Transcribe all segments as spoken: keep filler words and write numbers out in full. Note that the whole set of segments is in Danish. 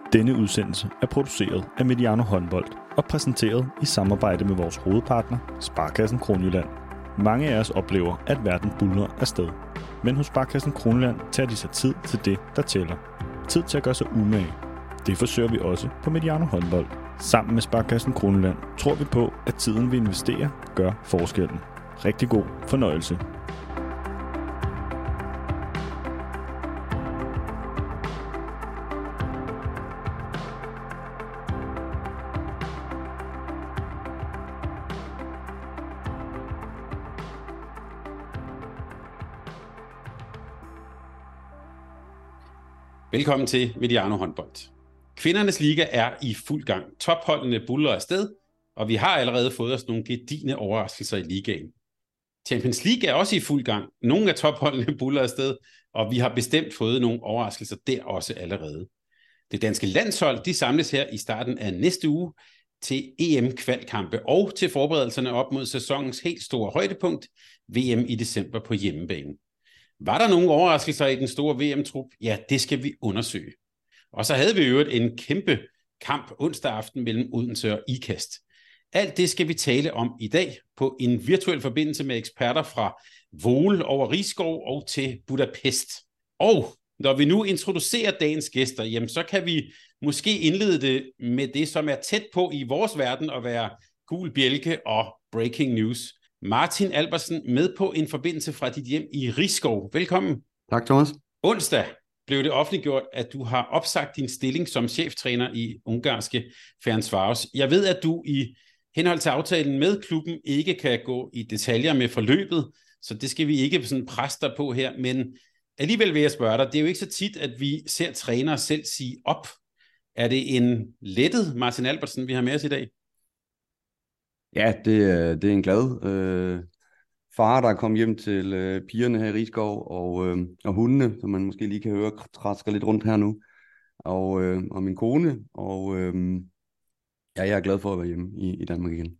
Denne udsendelse er produceret af Mediano Håndbold og præsenteret i samarbejde med vores hovedpartner, Sparekassen Kronjylland. Mange af os oplever, at verden buldrer afsted. Men hos Sparekassen Kronjylland tager de sig tid til det, der tæller. Tid til at gøre sig umage. Det forsøger vi også på Mediano Håndbold. Sammen med Sparekassen Kronjylland tror vi på, at tiden vi investerer gør forskellen. Rigtig god fornøjelse. Velkommen til Mediano Håndbold. Kvindernes liga er i fuld gang. Topholdene buldrer afsted, og vi har allerede fået os nogle gedigne overraskelser i ligaen. Champions League er også i fuld gang. Nogle af topholdene buldrer afsted, og vi har bestemt fået nogle overraskelser der også allerede. Det danske landshold, de samles her i starten af næste uge til E M-kvalkampe og til forberedelserne op mod sæsonens helt store højdepunkt, V M i december på hjemmebane. Var der nogle overraskelser i den store V M-trup? Ja, det skal vi undersøge. Og så havde vi jo en kæmpe kamp onsdag aften mellem Odense og Ikast. Alt det skal vi tale om i dag på en virtuel forbindelse med eksperter fra Vole over Risskov og til Budapest. Og når vi nu introducerer dagens gæster, jamen så kan vi måske indlede det med det, som er tæt på i vores verden at være gul bjælke og breaking news. Martin Albertsen med på en forbindelse fra dit hjem i Risskov. Velkommen. Tak, Thomas. Onsdag blev det offentliggjort, at du har opsagt din stilling som cheftræner i ungarske Ferencváros. Jeg ved, at du i henhold til aftalen med klubben ikke kan gå i detaljer med forløbet, så det skal vi ikke sådan presse dig på her, men alligevel vil jeg spørge dig, det er jo ikke så tit, at vi ser trænere selv sige op. Er det en lettet Martin Albertsen, vi har med os i dag? Ja, det, det er en glad øh, far, der er kommet hjem til øh, pigerne her i Risskov, og, øh, og hundene, som man måske lige kan høre, træsker lidt rundt her nu, og, øh, og min kone, og øh, ja, jeg er glad for at være hjemme i, i Danmark igen.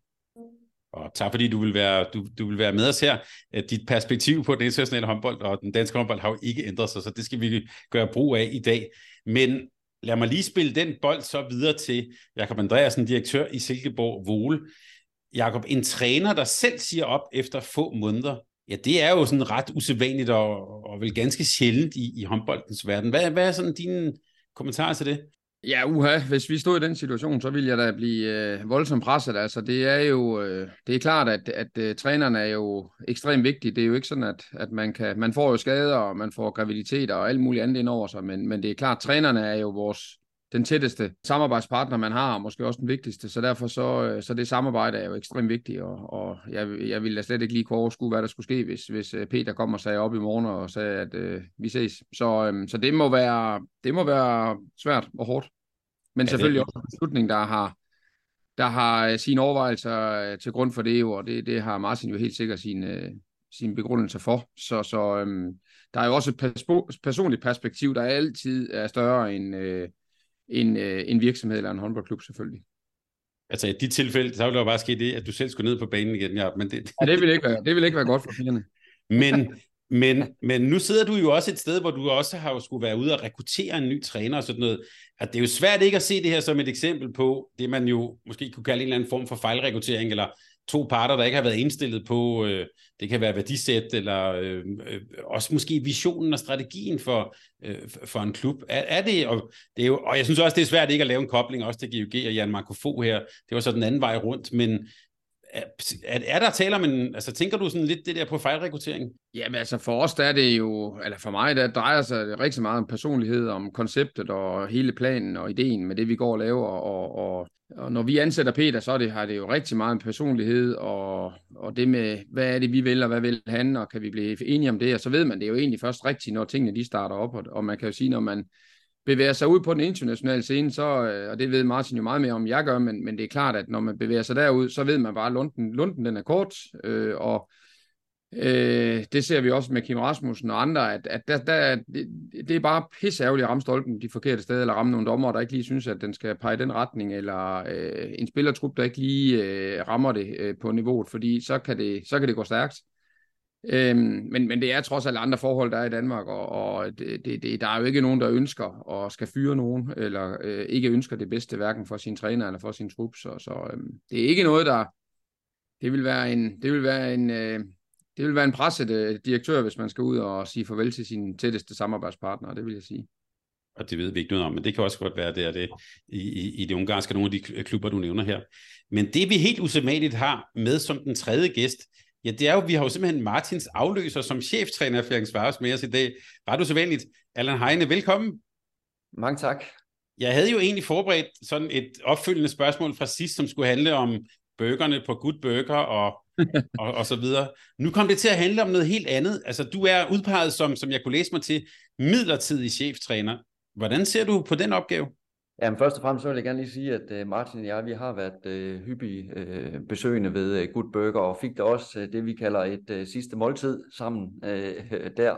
Og tak fordi du vil være, du, du vil være med os her. Dit perspektiv på den internationale håndbold og den danske håndbold har jo ikke ændret sig, så det skal vi gøre brug af i dag. Men lad mig lige spille den bold så videre til Jakob Andreasen, direktør i Silkeborg Vole. Jakob, en træner, der selv siger op efter få måneder, ja, det er jo sådan ret usædvanligt og, og vel ganske sjældent i, i håndboldens verden. Hvad, hvad er sådan dine kommentarer til det? Ja, uha, hvis vi stod i den situation, så ville jeg da blive øh, voldsomt presset. Altså, det er jo øh, det er klart, at, at øh, træneren er jo ekstremt vigtig. Det er jo ikke sådan, at, at man kan, man får jo skader, og man får graviditeter og alt muligt andet ind over sig, men, men det er klart, at trænerne er jo vores den tætteste samarbejdspartner, man har, og måske også den vigtigste, så derfor så, så det samarbejde er jo ekstremt vigtigt, og, og jeg, jeg ville da slet ikke lige kunne overskue, hvad der skulle ske, hvis, hvis Peter kom og sagde op i morgen og sagde, at øh, vi ses. Så, øh, så det, må være, det må være svært og hårdt, men ja, selvfølgelig også en beslutning, der har, der har sine overvejelser til grund for det, og det, det har Martin jo helt sikkert sin, øh, sin begrundelse for. Så, så øh, der er jo også et pers- personligt perspektiv, der altid er større end øh, En, øh, en virksomhed eller en håndboldklub selvfølgelig. Altså i de tilfælde, så ville der bare ske det, at du selv skulle ned på banen igen. Ja, men det, ja, det vil ikke være, det vil ikke være godt for pigerne. men, men, men nu sidder du jo også et sted, hvor du også har jo skulle være ude og rekruttere en ny træner og sådan noget. At det er jo svært ikke at se det her som et eksempel på det, man jo måske kunne kalde en eller anden form for fejlrekruttering, eller to parter, der ikke har været indstillet på, øh, det kan være værdisæt, eller øh, øh, også måske visionen og strategien for, øh, for en klub. Er, er det, og, det er jo, og jeg synes også, det er svært ikke at lave en kobling også til G O G og Jan Marco Fogh her. Det var så den anden vej rundt, men er, er der tale om en, altså tænker du sådan lidt det der på fejlrekruttering? Jamen altså for os der er det jo, eller for mig der drejer sig rigtig meget om personlighed, om konceptet og hele planen og ideen med det vi går og laver, og, og Og når vi ansætter Peter, så er det, har det jo rigtig meget personlighed, og, og det med, hvad er det, vi vil, og hvad vil han, og kan vi blive enige om det, og så ved man det jo egentlig først rigtigt, når tingene de starter op, og, og man kan jo sige, når man bevæger sig ud på den internationale scene, så, og det ved Martin jo meget mere om, jeg gør, men, men det er klart, at når man bevæger sig derud, så ved man bare, at lunden, lunden den er kort, øh, og Øh, det ser vi også med Kim Rasmussen og andre, at, at der, der, det, det er bare pisseærgerligt at ramme stolpen de forkerte steder, eller ramme nogle dommer, der ikke lige synes, at den skal pege i den retning, eller øh, en spillertrup, der ikke lige øh, rammer det øh, på niveauet, fordi så kan det, så kan det gå stærkt. Øhm, men, men det er trods alt andre forhold, der er i Danmark, og, og det, det, det, der er jo ikke nogen, der ønsker at skal fyre nogen, eller øh, ikke ønsker det bedste, hverken for sin træner eller for sin trup, så, så øhm, det er ikke noget, der det vil være en det vil være en øh, det vil være en presset øh, direktør, hvis man skal ud og sige farvel til sine tætteste samarbejdspartnere, det vil jeg sige. Og det ved vi ikke noget om, men det kan også godt være, det er det i, i, i det ungarske, nogle af de klubber, du nævner her. Men det, vi helt usædvanligt har med som den tredje gæst, ja, det er jo, vi har jo simpelthen Martins afløser som cheftræner for Ferencvaros med os i dag. Ret usædvanligt. Allan Heine, velkommen. Mange tak. Jeg havde jo egentlig forberedt sådan et opfølgende spørgsmål fra sidst, som skulle handle om burgerne på Good Burger og, og, og så videre. Nu kom det til at handle om noget helt andet. Altså, du er udpeget som, som jeg kunne læse mig til, midlertidig cheftræner. Hvordan ser du på den opgave? Jamen, først og fremmest så vil jeg gerne lige sige, at uh, Martin og jeg, vi har været uh, hyppige uh, besøgende ved uh, Good Burger, og fik da også uh, det, vi kalder et uh, sidste måltid sammen uh, der.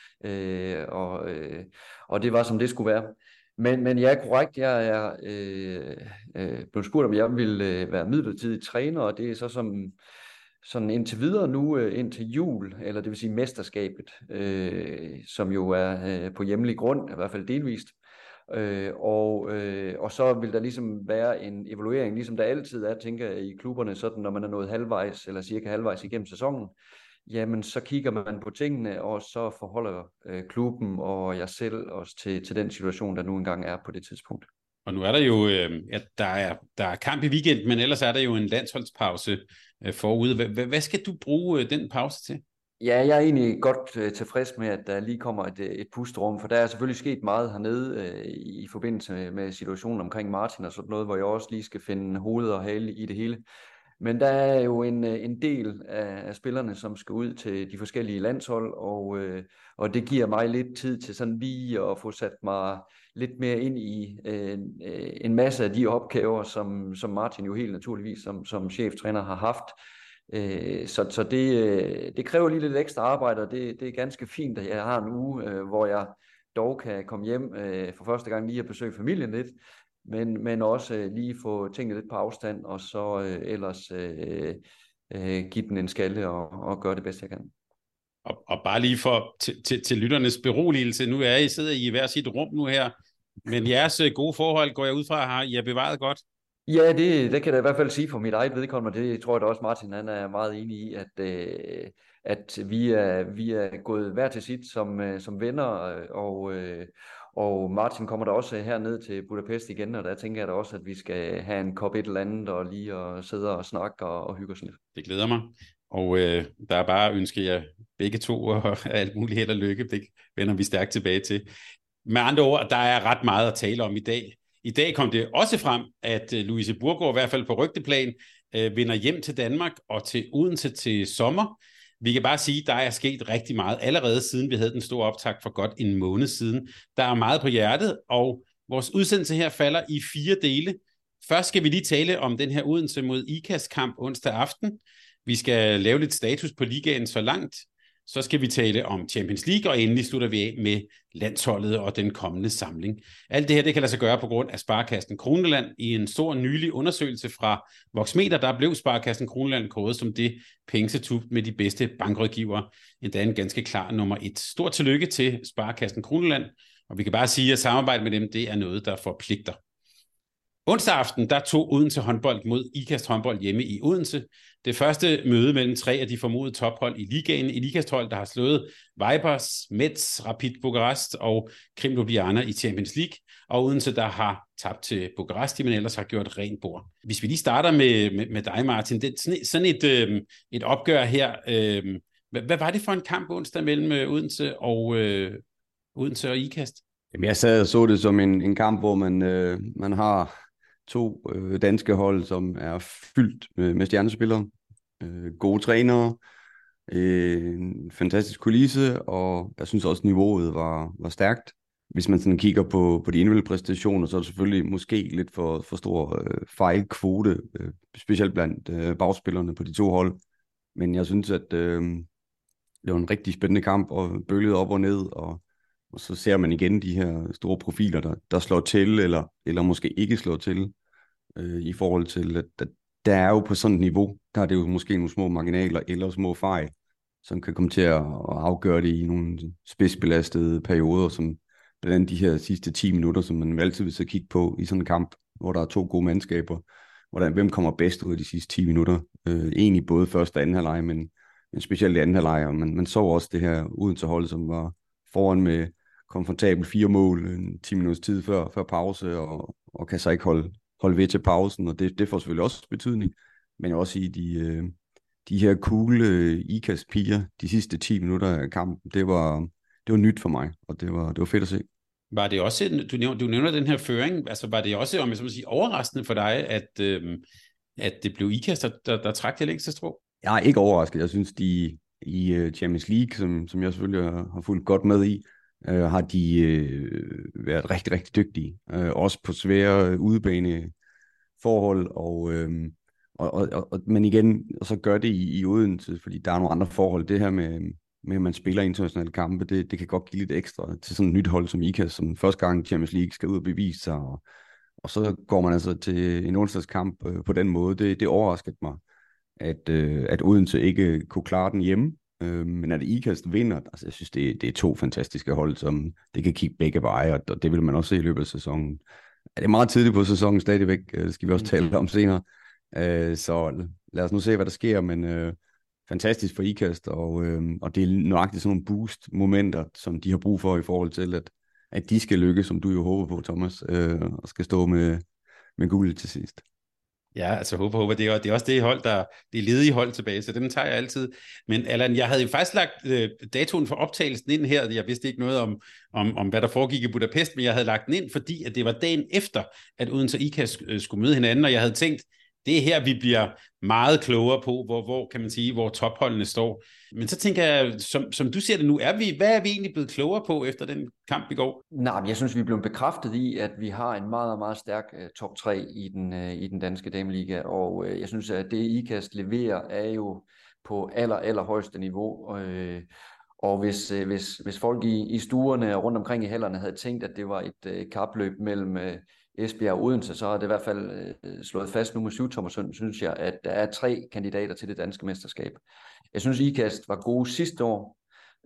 Uh, og, uh, og det var, som det skulle være. Men, men jeg er korrekt, jeg er øh, øh, blevet spurgt, om jeg ville øh, være midlertidig træner, og det er så som sådan indtil videre nu, øh, indtil jul, eller det vil sige mesterskabet, øh, som jo er øh, på hjemlig grund, i hvert fald delvist. Øh, og, øh, og så vil der ligesom være en evaluering, ligesom der altid er, tænker jeg, i klubberne, sådan når man er nået halvvejs, eller cirka halvvejs igennem sæsonen, jamen så kigger man på tingene, og så forholder øh, klubben og jeg selv os til, til den situation, der nu engang er på det tidspunkt. Og nu er der jo, øh, ja, der, er, der er kamp i weekend, men ellers er der jo en landsholdspause øh, forude. H- hvad skal du bruge øh, den pause til? Ja, jeg er egentlig godt øh, tilfreds med, at der lige kommer et, et pusterum, for der er selvfølgelig sket meget hernede øh, i forbindelse med, med situationen omkring Martin og sådan noget, hvor jeg også lige skal finde hoved og hale i det hele. Men der er jo en, en del af, af spillerne, som skal ud til de forskellige landshold, og, øh, og det giver mig lidt tid til sådan lige at få sat mig lidt mere ind i øh, en masse af de opgaver, som, som Martin jo helt naturligvis som, som cheftræner har haft. Øh, så så det, det kræver lige lidt ekstra arbejde, og det, det er ganske fint, at jeg har en uge, øh, hvor jeg dog kan komme hjem øh, for første gang lige at besøge familien lidt. Men, men også øh, lige få tingene lidt på afstand, og så øh, ellers øh, øh, give den en skalle og, og gøre det bedste, jeg kan. Og, og bare lige for til, til, til lytternes beroligelse, nu er I sidder I i hver sit rum nu her, men jeres gode forhold går jeg ud fra, har I er bevaret godt? Ja, det, det kan jeg i hvert fald sige for mit eget vedkommende, det tror jeg da også Martin han er meget enig i, at, øh, at vi, er, vi er gået hver til sit som, øh, som venner, og, øh, og Martin kommer da også herned til Budapest igen, og der tænker jeg da også, at vi skal have en kop et eller andet, og lige at sidde og snakke og, og hygge os lidt. Det glæder mig, og øh, der er bare at ønske jer begge to og alt muligt held og lykke, det vender vi stærkt tilbage til. Med andre ord, der er ret meget at tale om i dag. I dag kom det også frem, at Louise Burgaard, i hvert fald på rygteplan, øh, vender hjem til Danmark og til Odense til sommer. Vi kan bare sige, at der er sket rigtig meget allerede siden vi havde den store optakt for godt en måned siden. Der er meget på hjertet, og vores udsendelse her falder i fire dele. Først skal vi lige tale om den her Odense mod I K A S-kamp onsdag aften. Vi skal lave lidt status på ligaen så langt. Så skal vi tale om Champions League, og endelig slutter vi af med landsholdet og den kommende samling. Alt det her, det kan lade sig gøre på grund af Sparekassen Kroneland. I en stor nylig undersøgelse fra Voxmeter, der blev Sparekassen Kroneland kåret som det pengeinstitut med de bedste bankrådgivere. Endda en ganske klar nummer et. Stort tillykke til Sparekassen Kroneland, og vi kan bare sige, at samarbejde med dem, det er noget, der forpligter. Onsdag aften, der tog Odense håndbold mod I K A S håndbold hjemme i Odense. Det første møde mellem tre af de formodede tophold i ligaen. Et I K A S-hold, der har slået Vipers, Metz, Rapid Bukarest og Krim Ljubljana i Champions League. Og Odense, der har tabt til Bukarest, men ellers har gjort rent bord. Hvis vi lige starter med, med, med dig, Martin. Det, sådan et, øh, et opgør her. Øh, hvad, hvad var det for en kamp onsdag mellem Odense og, øh, Odense og I K A S? Jamen, jeg sad og så det som en, en kamp, hvor man, øh, man har to øh, danske hold, som er fyldt med, med stjernespillere, øh, gode trænere, øh, en fantastisk kulisse, og jeg synes også, niveauet var, var stærkt. Hvis man sådan kigger på, på de individuelle præstationer, så er det selvfølgelig måske lidt for, for stor øh, fejlkvote, øh, specielt blandt øh, bagspillerne på de to hold. Men jeg synes, at øh, det var en rigtig spændende kamp, og bølgede op og ned, og Og så ser man igen de her store profiler, der, der slår til, eller, eller måske ikke slår til, øh, i forhold til, at, at der er jo på sådan et niveau, der er det jo måske nogle små marginaler eller små fejl, som kan komme til at, at afgøre det i nogle spidsbelastede perioder, som blandt andet de her sidste ti minutter, som man altid vil så kigge på i sådan en kamp, hvor der er to gode mandskaber. Hvordan, hvem kommer bedst ud af de sidste ti minutter? Øh, egentlig både første og anden halvleg, men, men specielt i anden halvleg. Og man, man så også det her Odense hold, som var foran med komfortabelt fire mål en ti minutters tid før, før pause, og, og kan så ikke holde, holde ved til pausen. Og det, det får selvfølgelig også betydning, men også i de, øh, de her cool øh, ikast-piger, de sidste ti minutter af kampen, det var, det var nyt for mig, og det var, det var fedt at se. Var det også, du nævner, du nævner den her føring, altså var det også, om jeg så må sige, overraskende for dig, at, øh, at det blev Ikast, der, der, der trak det længste strå? Jeg er ikke overrasket. Jeg synes, de i uh, Champions League, som, som jeg selvfølgelig har, har fulgt godt med i, uh, har de uh, været rigtig, rigtig dygtige. Uh, også på svære udebaneforhold, og, uh, og, og, og, men igen, og så gør det i, i Odense, fordi der er nogle andre forhold. Det her med, med at man spiller internationale kampe, det, det kan godt give lidt ekstra til sådan et nyt hold som Ikast, som første gang Champions League skal ud og bevise sig, og, og så går man altså til en onsdagskamp uh, på den måde. Det, det overraskede mig, at, øh, at Odense ikke kunne klare den hjemme, øh, men at Ikast vinder, altså jeg synes, det, det er to fantastiske hold, som det kan kigge begge veje, og, og det vil man også se i løbet af sæsonen. Det er meget tidligt på sæsonen stadigvæk, det skal vi også tale om senere, øh, så lad os nu se, hvad der sker, men øh, fantastisk for Ikast, og, øh, og det er nøjagtigt sådan nogle boost-momenter, som de har brug for i forhold til, at, at de skal lykkes, som du jo håber på, Thomas, øh, og skal stå med, med guld til sidst. Ja, altså håber, håber. Det er, det er også det hold, der det er ledige hold tilbage, så dem tager jeg altid. Men Allan, jeg havde jo faktisk lagt øh, datoen for optagelsen ind her. Jeg vidste ikke noget om, om, om, hvad der foregik i Budapest, men jeg havde lagt den ind, fordi at det var dagen efter, at Odense og Ikast øh, skulle møde hinanden, og jeg havde tænkt, det er her, vi bliver meget klogere på, hvor, hvor kan man sige, hvor topholdene står. Men så tænker jeg, som, som du ser det nu, er vi, hvad er vi egentlig blevet klogere på efter den kamp i går? Nej, men jeg synes, vi er blevet bekræftet i, at vi har en meget, meget stærk uh, top tre i den, uh, i den danske dameliga, og uh, jeg synes, at det Ikast leverer er jo på aller, aller højeste niveau, uh, og hvis, uh, hvis, hvis folk i, i stuerne og rundt omkring i hallerne havde tænkt, at det var et uh, kapløb mellem uh, Esbjerg og Odense, så har det i hvert fald uh, slået fast nu med syvtommersøn, synes jeg, at der er tre kandidater til det danske mesterskab. Jeg synes, Ikast var gode sidste år,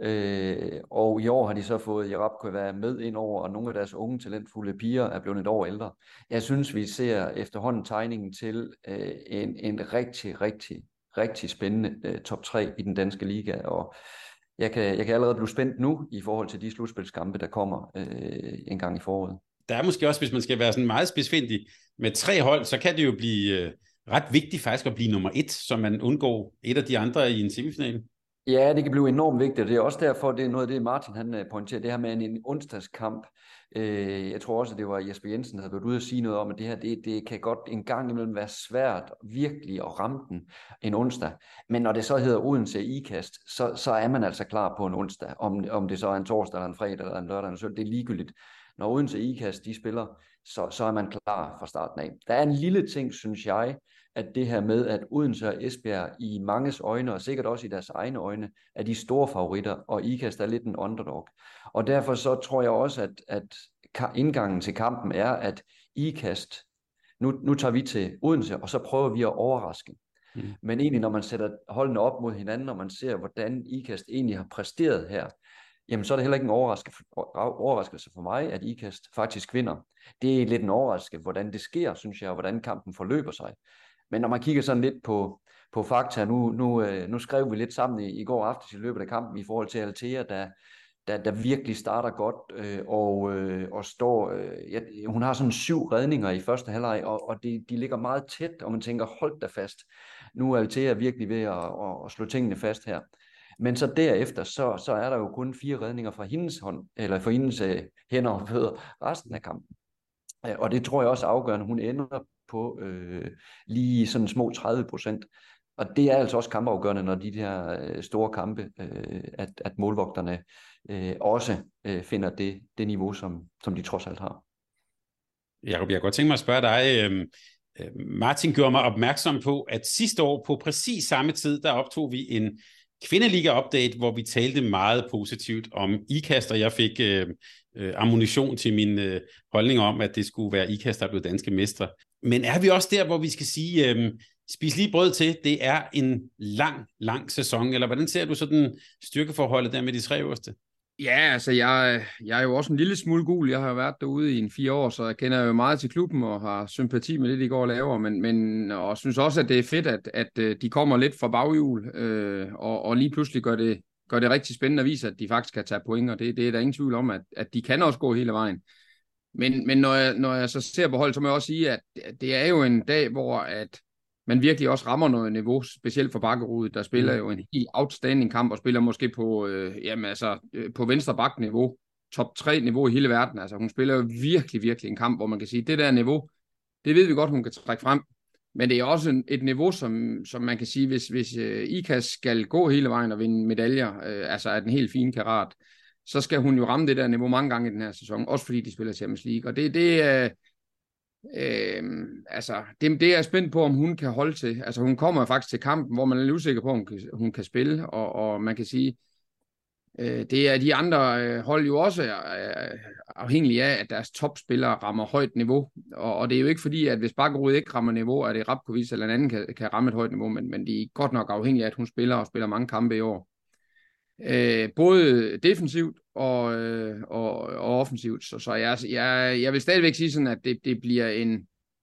øh, og i år har de så fået Jarabko være med ind over, og nogle af deres unge talentfulde piger er blevet et år ældre. Jeg synes, vi ser efterhånden tegningen til øh, en, en rigtig, rigtig, rigtig spændende øh, top tre i den danske liga, og jeg kan, jeg kan allerede blive spændt nu i forhold til de slutspilskampe, der kommer øh, en gang i foråret. Der er måske også, hvis man skal være sådan meget spidsfindig med tre hold, så kan det jo blive øh, ret vigtigt faktisk at blive nummer et, så man undgår et af de andre i en semifinal. Ja, det kan blive enormt vigtigt, og det er også derfor, det er noget af det, Martin han pointerer, det her med en, en onsdagskamp. Øh, jeg tror også, at det var Jesper Jensen, der havde været ude og sige noget om, at det her, det, det kan godt en gang imellem være svært virkelig at ramme den en onsdag. Men når det så hedder Odense Ikast, så, så er man altså klar på en onsdag. Om, om det så er en torsdag, eller en fredag, eller en lørdag, eller en søndag, det er ligegyldigt. Når Odense Ikast, de spiller, så, så er man klar fra starten af. Der er en lille ting, synes jeg, at det her med, at Odense og Esbjerg i manges øjne, og sikkert også i deres egne øjne, er de store favoritter, og Ikast er lidt en underdog. Og derfor så tror jeg også, at, at indgangen til kampen er, at Ikast, nu, nu tager vi til Odense, og så prøver vi at overraske. Mm. Men egentlig, når man sætter holdene op mod hinanden, og man ser, hvordan Ikast egentlig har præsteret her, jamen så er det heller ikke en overraskelse for mig, at Ikast faktisk vinder. Det er lidt en overraskelse, hvordan det sker, synes jeg, og hvordan kampen forløber sig. Men når man kigger sådan lidt på, på fakta, nu, nu, nu skrev vi lidt sammen i, i går aftes i løbet af kampen i forhold til Altea, der, der, der virkelig starter godt øh, og, øh, og står, øh, ja, hun har sådan syv redninger i første halvleg, og, og de, de ligger meget tæt, og man tænker, hold da fast, nu er Altea virkelig ved at, at, at slå tingene fast her. Men så derefter, så, så er der jo kun fire redninger fra hendes hånd, eller fra hendes øh, hænder og fødder resten af kampen. Og det tror jeg også er afgørende. Hun ender på øh, lige sådan små tredive procent. Og det er altså også kampafgørende, når de her øh, store kampe, øh, at, at målvogterne øh, også øh, finder det, det niveau, som, som de trods alt har. Jakob, jeg kan godt tænke mig at spørge dig. Øh, Martin gjorde mig opmærksom på, at sidste år på præcis samme tid, der optog vi en Kvindeliga-update, hvor vi talte meget positivt om Ikast, og jeg fik øh, øh, ammunition til min øh, holdning om, at det skulle være Ikast, der blev danske mestre. Men er vi også der, hvor vi skal sige, øh, spis lige brød til, det er en lang, lang sæson, eller hvordan ser du sådan styrkeforholdet der med de tre øverste? Ja, altså jeg, jeg er jo også en lille smule gul. Jeg har været derude i en fire år, så jeg kender jo meget til klubben og har sympati med det, de går og laver, men, men og synes også, at det er fedt, at, at de kommer lidt fra baghjul øh, og, og lige pludselig gør det, gør det rigtig spændende at vise, at de faktisk kan tage point, og det, det er der ingen tvivl om, at, at de kan også gå hele vejen. Men, men når, jeg, når jeg så ser på holdet, så må jeg også sige, at det er jo en dag, hvor at man virkelig også rammer noget niveau, specielt for Bakkerud, der spiller jo en helt outstanding kamp, og spiller måske på, øh, jamen altså, øh, på venstre bak-niveau, top tre niveau i hele verden. Altså hun spiller jo virkelig, virkelig en kamp, hvor man kan sige, det der niveau, det ved vi godt, hun kan trække frem, men det er også en, et niveau, som, som man kan sige, hvis, hvis øh, I K A S skal gå hele vejen og vinde medaljer, øh, altså er den helt fine karat, så skal hun jo ramme det der niveau mange gange i den her sæson, også fordi de spiller Champions League, og det, det er... Øh, Øh, altså, det, det er jeg spændt på, om hun kan holde til. Altså, hun kommer faktisk til kampen, hvor man er lidt usikker på, om hun kan, hun kan spille, og, og man kan sige, øh, det er de andre øh, hold jo også øh, afhængige af, at deres topspillere rammer højt niveau, og, og det er jo ikke fordi, at hvis Bakkerud ikke rammer niveau, at det Rabkovic eller en anden kan, kan ramme et højt niveau, men, men de er godt nok afhængige af, at hun spiller og spiller mange kampe i år. Øh, både defensivt og, øh, og, og offensivt, så, så jeg, jeg, jeg vil stadigvæk sige sådan, at det, det bliver en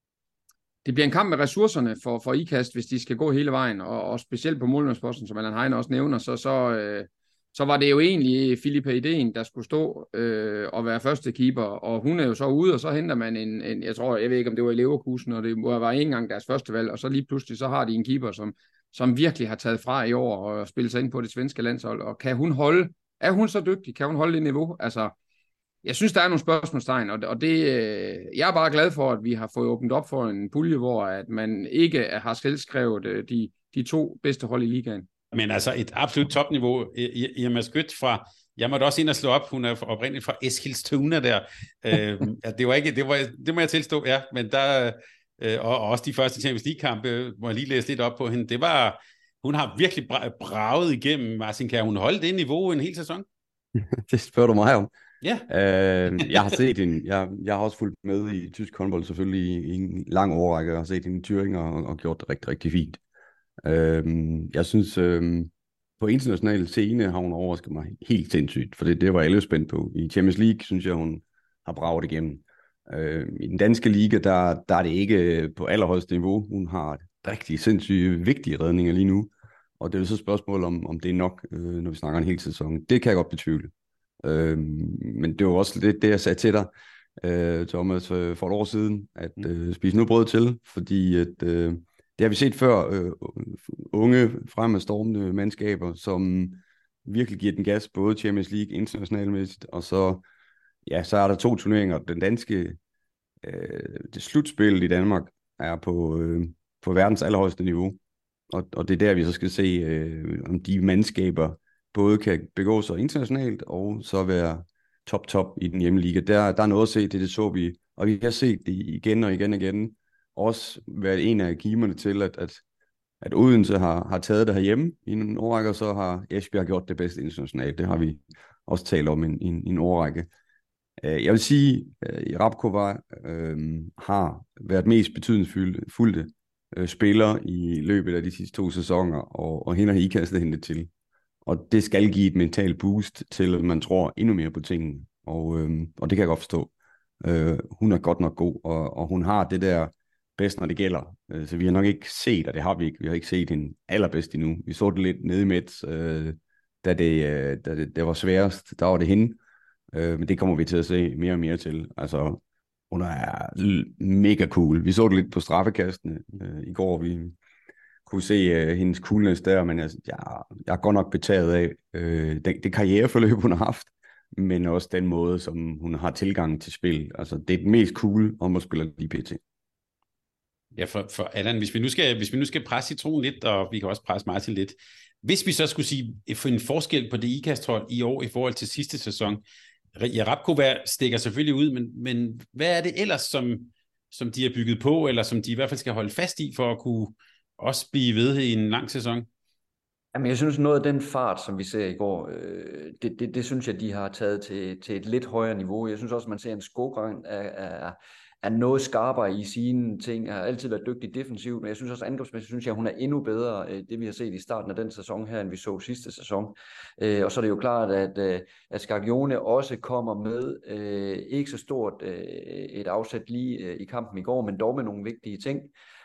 det bliver en kamp med ressourcerne for, for I K A S, hvis de skal gå hele vejen, og, og specielt på målmandsposten, som Allan Heine også nævner, så, så, øh, så var det jo egentlig Philippa Idén, der skulle stå øh, og være første keeper, og hun er jo så ude, og så henter man en, en jeg tror, jeg ved ikke, om det var i Leverkusen, og det var ikke engang deres første valg, og så lige pludselig, så har de en keeper, som som virkelig har taget fra i år og spillet sig ind på det svenske landshold, og kan hun holde, er hun så dygtig, kan hun holde det niveau? Altså, jeg synes, der er nogle spørgsmålstegn, og, og det, jeg er bare glad for, at vi har fået åbent op for en pulje, hvor at man ikke har selvskrevet de, de to bedste hold i ligaen. Men altså et absolut topniveau. Irma Skyt fra, jeg måtte også ind og slå op, hun er oprindeligt fra Eskilstuna der. øh, det var ikke, det, var, det må jeg tilstå, ja, men der... Øh, og, og også de første Champions League-kampe, må jeg lige læse lidt op på hende, det var, hun har virkelig bra- braget igennem. Martin, kan hun holde det niveau en hel sæson? Det spørger du mig om. Ja. øh, jeg har set en, jeg, jeg har også fulgt med i tysk håndbold selvfølgelig i, i en lang årrække, og har set en Thüringer og, og gjort det rigtig, rigtig fint. Øh, jeg synes, øh, på international scene har hun overrasket mig helt sindssygt, for det, det var alle spændt på. I Champions League synes jeg, hun har braget igennem. Øh, I den danske liga, der, der er det ikke på allerhøjeste niveau. Hun har rigtig sindssygt vigtige redninger lige nu, og det er jo så et spørgsmål om, om det er nok, øh, når vi snakker en hel sæson. Det kan jeg godt betvivle. Øh, men det var også det, det jeg sagde til dig, øh, Thomas, øh, for et år siden, at øh, spise nu brød til, fordi at, øh, det har vi set før, øh, unge fremadstormende mandskaber, som virkelig giver den gas, både Champions League internationalmæssigt, og så ja, så er der to turneringer. Den danske, øh, det slutspil i Danmark er på, øh, på verdens allerhøjeste niveau. Og, og det er der, vi så skal se, øh, om de mandskaber både kan begå sig internationalt, og så være top-top i den hjemmeliga. Der, der er noget at se, det, det så vi. Og vi har set det igen og igen og igen. Også været en af kimerne til, at, at, at Odense har, har taget det herhjemme i en årrække, og så har Esbjerg gjort det bedste internationalt. Det har vi også talt om i en, en, en årrække. Jeg vil sige, at Rabkova øh, har været mest betydningsfulde øh, spiller i løbet af de sidste to sæsoner, og, og hende har I kastet hende til. Og det skal give et mentalt boost til, at man tror endnu mere på tingene. Og, øh, og det kan jeg godt forstå. Øh, hun er godt nok god, og, og hun har det der bedst, når det gælder. Øh, så vi har nok ikke set, og det har vi ikke, vi har ikke set hende allerbedst endnu. Vi så det lidt nede i midt, øh, da, det, øh, da det, det var sværest. Der var det hende. Øh, men det kommer vi til at se mere og mere til. Altså, hun er mega cool. Vi så det lidt på straffekastene øh, i går. Vi kunne se øh, hendes coolness der, men jeg, jeg, jeg er godt nok betaget af øh, det, det karriereforløb, hun har haft, men også den måde, som hun har tilgang til spil. Altså, det er det mest cool, om at spille lige pt. Ja, for, for Allan, hvis vi, nu skal, hvis vi nu skal presse citronen lidt, og vi kan også presse Martin lidt, hvis vi så skulle sige, få en forskel på det I K A S-hold i år i forhold til sidste sæson, ja, Rabkova stikker selvfølgelig ud, men, men hvad er det ellers, som, som de har bygget på, eller som de i hvert fald skal holde fast i, for at kunne også blive ved i en lang sæson? Jamen, jeg synes, noget af den fart, som vi ser i går, øh, det, det, det synes jeg, de har taget til, til et lidt højere niveau. Jeg synes også, man ser en skogræn af, af, er noget skarpere i sine ting, har altid været dygtig defensivt, men jeg synes også angrebsmæssigt, synes jeg, hun er endnu bedre, det vi har set i starten af den sæson her, end vi så sidste sæson. Og så er det jo klart, at, at Scaglione også kommer med, ikke så stort et afsæt lige i kampen i går, men dog med nogle vigtige ting.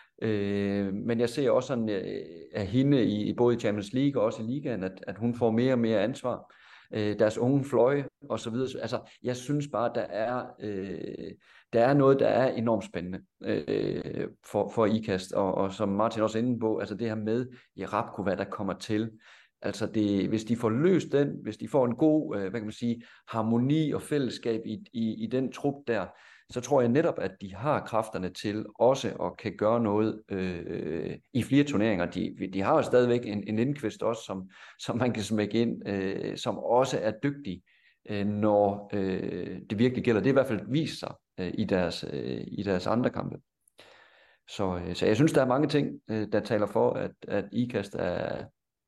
Men jeg ser også sådan af hende, i, både i Champions League og også i ligaen, at, at hun får mere og mere ansvar. Deres unge fløje og så videre. Altså, jeg synes bare, at der er, øh, der er noget, der er enormt spændende øh, for, for IKAST, og, og som Martin også er inde på, altså det her med Jerebko, hvad der kommer til. Altså det, hvis de får løst den, hvis de får en god, øh, hvad kan man sige, harmoni og fællesskab i, i, i den trup der, så tror jeg netop, at de har kræfterne til også at kan gøre noget øh, i flere turneringer. De, de har jo stadigvæk en, en Lindqvist også, som, som man kan smække ind, øh, som også er dygtig, øh, når øh, det virkelig gælder. Det er i hvert fald vist sig øh, i, deres, øh, i deres andre kampe. Så, øh, så jeg synes, der er mange ting, øh, der taler for, at, at IKAST er,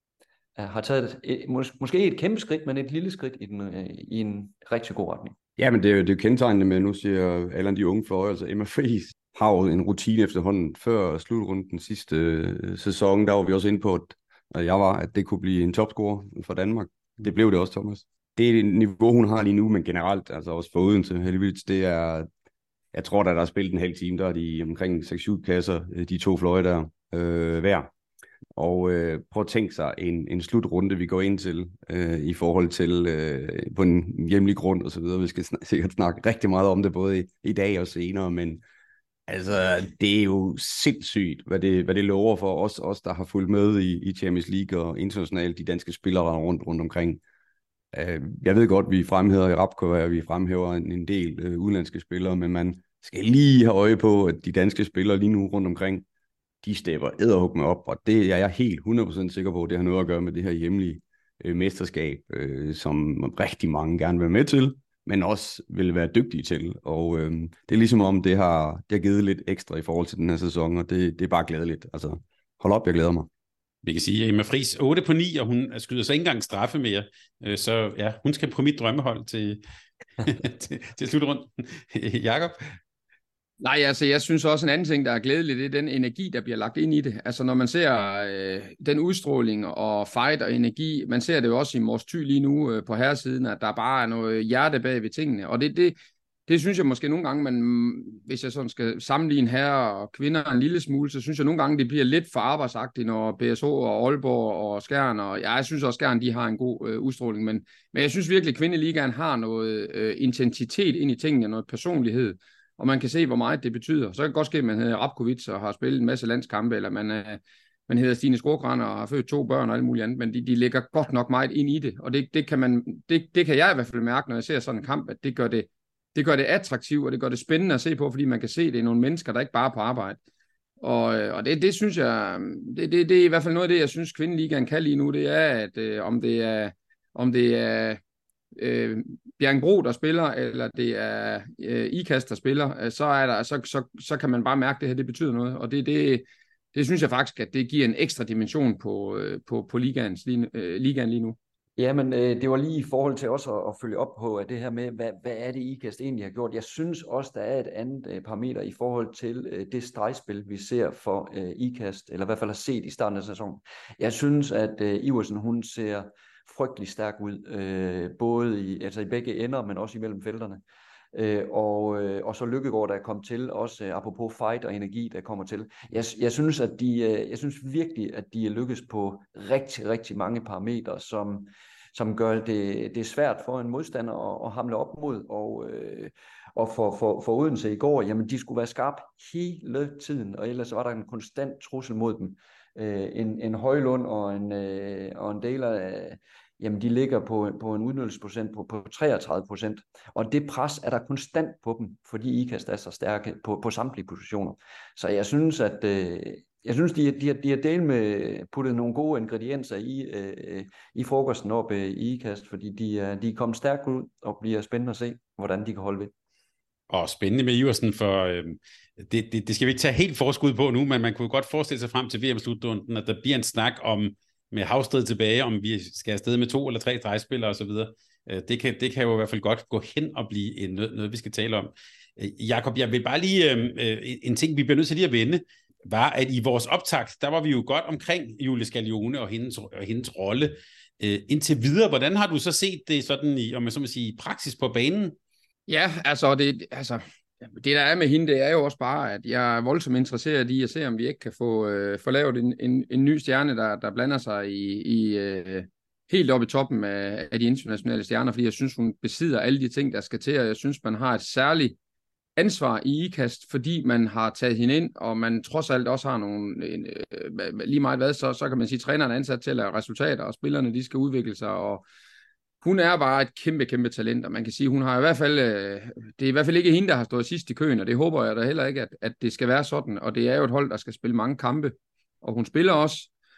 er, har taget et, et, mås- måske et kæmpe skridt, men et lille skridt i, den, øh, i en rigtig god retning. Ja, men det er jo, det er jo kendetegnende med, nu siger alle de unge fløje, altså Emma Friis har jo en rutine efterhånden. Før slutrunden sidste øh, sæson, der var vi også inde på, at, at jeg var, at det kunne blive en topscorer for Danmark. Det blev det også, Thomas. Det er det niveau, hun har lige nu, men generelt, altså også for Odense, heldigvis, det er, jeg tror, da der er spillet en halv time, der er de omkring seks syv kasser, de to fløje der, øh, hver. Og øh, prøv at tænke sig en, en slutrunde, vi går ind til øh, i forhold til øh, på en hjemlig grund og så videre. Vi skal sn- sikkert snakke rigtig meget om det, både i, i dag og senere, men altså, det er jo sindssygt, hvad det, hvad det lover for os, os, der har fulgt med i, i Champions League og internationalt, de danske spillere rundt, rundt omkring. Øh, jeg ved godt, vi fremhæver i Rapko, og vi fremhæver en, en del øh, udenlandske spillere, men man skal lige have øje på, at de danske spillere lige nu rundt omkring, de stepper edderhug med op, og det er jeg helt hundrede procent sikker på, det har noget at gøre med det her hjemlige øh, mesterskab, øh, som rigtig mange gerne vil være med til, men også vil være dygtige til, og øh, det er ligesom om, det har, det har givet lidt ekstra i forhold til den her sæson, og det, det er bare glædeligt. Altså, hold op, jeg glæder mig. Vi kan sige, at Emma Friis otte på ni, og hun skyder så ikke engang straffe mere, øh, så ja, hun skal på mit drømmehold til, til, til slutrunden. Jakob? Nej, altså jeg synes også en anden ting, der er glædeligt, det er den energi, der bliver lagt ind i det. Altså når man ser øh, den udstråling og fight og energi, man ser det jo også i Mors Thy lige nu øh, på herresiden, at der bare er noget hjerte bag ved tingene. Og det, det, det synes jeg måske nogle gange, man, hvis jeg sådan skal sammenligne herrer og kvinder en lille smule, så synes jeg nogle gange, det bliver lidt for arbejdsagtigt, når B S H og Aalborg og Skjern, og ja, jeg synes også, Skjern, de har en god øh, udstråling, men, men jeg synes virkelig, at kvindeligaen har noget øh, intensitet ind i tingene, noget personlighed, og man kan se, hvor meget det betyder. Så kan det godt ske, at man hedder Rapkovic og har spillet en masse landskampe, eller man, øh, man hedder Stine Skrågrænder og har født to børn og alt muligt andet, men de, de lægger godt nok meget ind i det, og det, det, kan man, det, det kan jeg i hvert fald mærke, når jeg ser sådan en kamp, at det gør det, det gør det attraktivt, og det gør det spændende at se på, fordi man kan se, at det er nogle mennesker, der ikke bare er på arbejde. Og, og det, det synes jeg, det, det, det er i hvert fald noget af det, jeg synes, kvindeligaen kan lige nu, det er, at øh, om det er, om det er øh, Bjerringbro, der spiller, eller det er øh, IKAST, der spiller, øh, så, er der, så, så, så kan man bare mærke, at det her det betyder noget. Og det, det, det synes jeg faktisk, at det giver en ekstra dimension på, øh, på, på ligaens, øh, ligaen lige nu. Jamen, øh, det var lige i forhold til også at, at følge op på at det her med, hvad, hvad er det IKAST egentlig har gjort. Jeg synes også, der er et andet øh, parameter i forhold til øh, det stregspil, vi ser for øh, IKAST, eller i hvert fald har set i starten af sæsonen. Jeg synes, at øh, Iversen, hun ser frygtelig stærk ud, øh, både i, altså i begge ender, men også imellem felterne. Øh, og, øh, og så Lykkegaard, der er kommet til, også øh, apropos fight og energi, der kommer til. Jeg, jeg, synes, at de, øh, jeg synes virkelig, at de er lykkes på rigtig, rigtig mange parametre, som, som gør det, det er svært for en modstander at, at hamle op mod. Og, øh, og for, for, for Odense i går, jamen de skulle være skarpe hele tiden, og ellers var der en konstant trussel mod dem. Øh, en, en Højlund og en, øh, og en del af jamen de ligger på, på en udnyttelsesprocent på, på treogtredive procent. Og det pres er der konstant på dem, fordi IKAST er så stærke på, på samtlige positioner. Så jeg synes, at øh, jeg synes, de, de, de har delt med puttet nogle gode ingredienser i, øh, i frokosten op øh, i IKAST, fordi de, de er kommet stærkt ud og bliver spændende at se, hvordan de kan holde ved. Og spændende med Iversen, for øh, det, det, det skal vi ikke tage helt forskud på nu, men man kunne godt forestille sig frem til V M-slutrunden, at der bliver en snak om med Havstrid tilbage, om vi skal afsted med to eller tre drejspillere osv. Det kan, det kan jo i hvert fald godt gå hen og blive en, noget, noget, vi skal tale om. Jakob, jeg vil bare lige, øh, en ting, vi bliver nødt til lige at vende, var, at i vores optakt, der var vi jo godt omkring Julie Scaglione og hendes, og hendes rolle. Øh, indtil videre, hvordan har du så set det sådan i, om jeg så må sige, praksis på banen? Ja, altså det, altså, det der er med hende, det er jo også bare, at jeg er voldsomt interesseret i at se, om vi ikke kan få, øh, få lavet en, en, en ny stjerne, der, der blander sig i, i øh, helt oppe i toppen af, af de internationale stjerner, fordi jeg synes, hun besidder alle de ting, der skal til, og jeg synes, man har et særligt ansvar i IKAST, fordi man har taget hende ind, og man trods alt også har nogle, en, øh, lige meget hvad, så, så kan man sige, at træneren er ansat til at lave resultater, og spillerne, de skal udvikle sig, og hun er bare et kæmpe, kæmpe talent, og man kan sige, hun har i hvert fald, øh, det er i hvert fald ikke hende, der har stået sidst i køen, og det håber jeg da heller ikke, at, at det skal være sådan, og det er jo et hold, der skal spille mange kampe, og hun spiller også,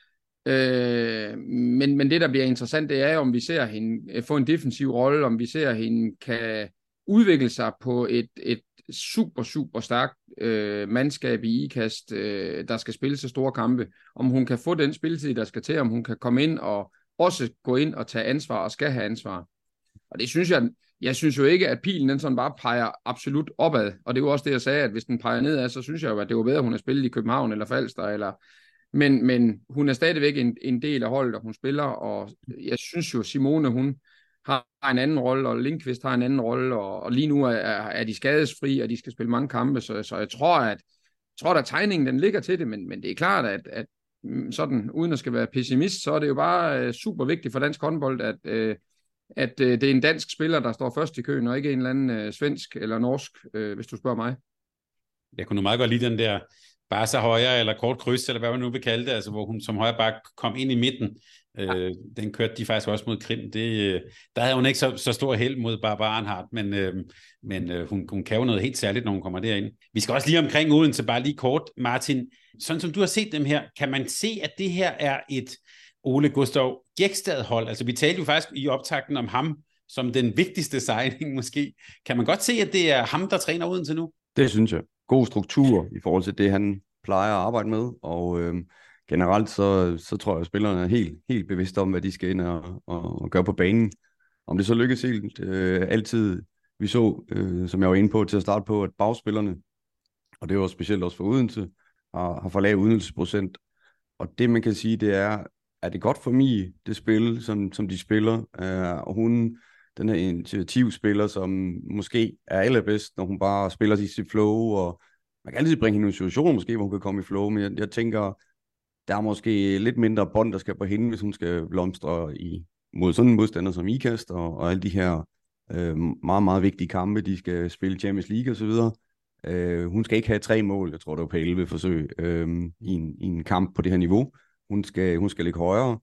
øh, men, men det, der bliver interessant, det er, om vi ser hende få en defensiv rolle, om vi ser hende kan udvikle sig på et, et super, super stærkt øh, mandskab i IKAST, øh, der skal spille så store kampe, om hun kan få den spilletid, der skal til, om hun kan komme ind og også gå ind og tage ansvar og skal have ansvar. Og det synes jeg, jeg synes jo ikke, at pilen den sådan bare peger absolut opad, og det er jo også det, jeg sagde, at hvis den peger nedad, så synes jeg jo, at det var bedre, at hun har spillet i København eller Falster, eller men, men hun er stadigvæk en, en del af holdet, og hun spiller, og jeg synes jo, Simone, hun har en anden rolle, og Lindqvist har en anden rolle, og, og lige nu er, er de skadesfri, og de skal spille mange kampe, så, så jeg tror, at jeg tror, at tegningen den ligger til det, men, men det er klart, at, at sådan, uden at skal være pessimist, så er det jo bare uh, super vigtigt for dansk håndbold, at, uh, at uh, det er en dansk spiller, der står først i køen, og ikke en eller anden uh, svensk eller norsk, uh, hvis du spørger mig. Jeg kunne nu meget godt lide den der Barca højre, eller kort kryds, eller hvad man nu vil kalde det, altså hvor hun som højre bare kom ind i midten. Øh, den kørte de faktisk også mod Krim. Det, øh, der havde hun ikke så, så stor held mod Barbara Arnhardt, men, øh, men øh, hun, hun kan jo noget helt særligt, når hun kommer derind. Vi skal også lige omkring Odense, bare lige kort. Martin, sådan som du har set dem her, kan man se, at det her er et Ole Gustav Gjeksted-hold? Altså vi talte jo faktisk i optakten om ham som den vigtigste signing måske. Kan man godt se, at det er ham, der træner Odense nu? Det synes jeg. God struktur i forhold til det, han plejer at arbejde med, og øh, generelt så, så tror jeg, at spillerne er helt, helt bevidste om, hvad de skal ind og, og, og gøre på banen. Om det så lykkes helt øh, altid, vi så, øh, som jeg var inde på til at starte på, at bagspillerne, og det er jo specielt også for Odense, har, har for lav udnyttelsesprocent. Og det man kan sige, det er, er det godt for mig, det spil, som, som de spiller, øh, og hun, den her initiativspiller, som måske er allerbedst, når hun bare spiller i sit flow, og man kan altid bringe hende i en situation, måske, hvor hun kan komme i flow, men jeg, jeg tænker, der er måske lidt mindre bånd, der skal på hende, hvis hun skal blomstre i, mod sådan en modstander som IKAST, og, og alle de her øh, meget, meget vigtige kampe, de skal spille Champions League og så videre. Øh, hun skal ikke have tre mål, jeg tror det var på elleve forsøg, øh, i, en, i en kamp på det her niveau. Hun skal, hun skal ligge højere,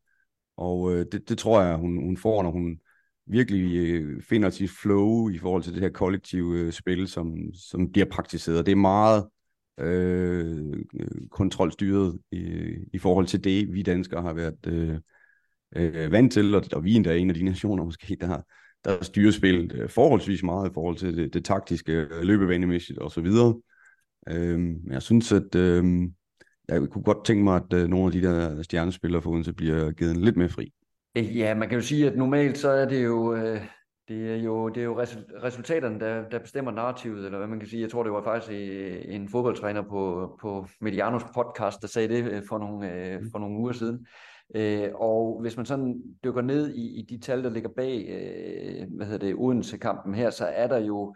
og øh, det, det tror jeg, hun, hun får, når hun virkelig øh, finder sit flow i forhold til det her kollektive øh, spil, som, som bliver praktiseret. Det er meget øh, kontrolstyret i, i forhold til det, vi danskere har været øh, øh, vant til, og, og vi endda er en af de nationer måske, der har der styrer spillet øh, forholdsvis meget i forhold til det, det taktiske, øh, løbebanemæssigt og så videre. Øh, men jeg synes, at øh, jeg kunne godt tænke mig, at øh, nogle af de der stjernespillere for Odense bliver givet lidt mere fri. Ja, man kan jo sige, at normalt så er det jo, øh, det er jo, det er jo resultaterne, der, der bestemmer narrativet, eller hvad man kan sige. Jeg tror, det var faktisk en fodboldtræner på, på Medianos podcast, der sagde det for nogle, øh, for nogle uger siden. Øh, og hvis man sådan dykker ned i, i de tal, der ligger bag øh, hvad hedder det, Odense-kampen her, så er der jo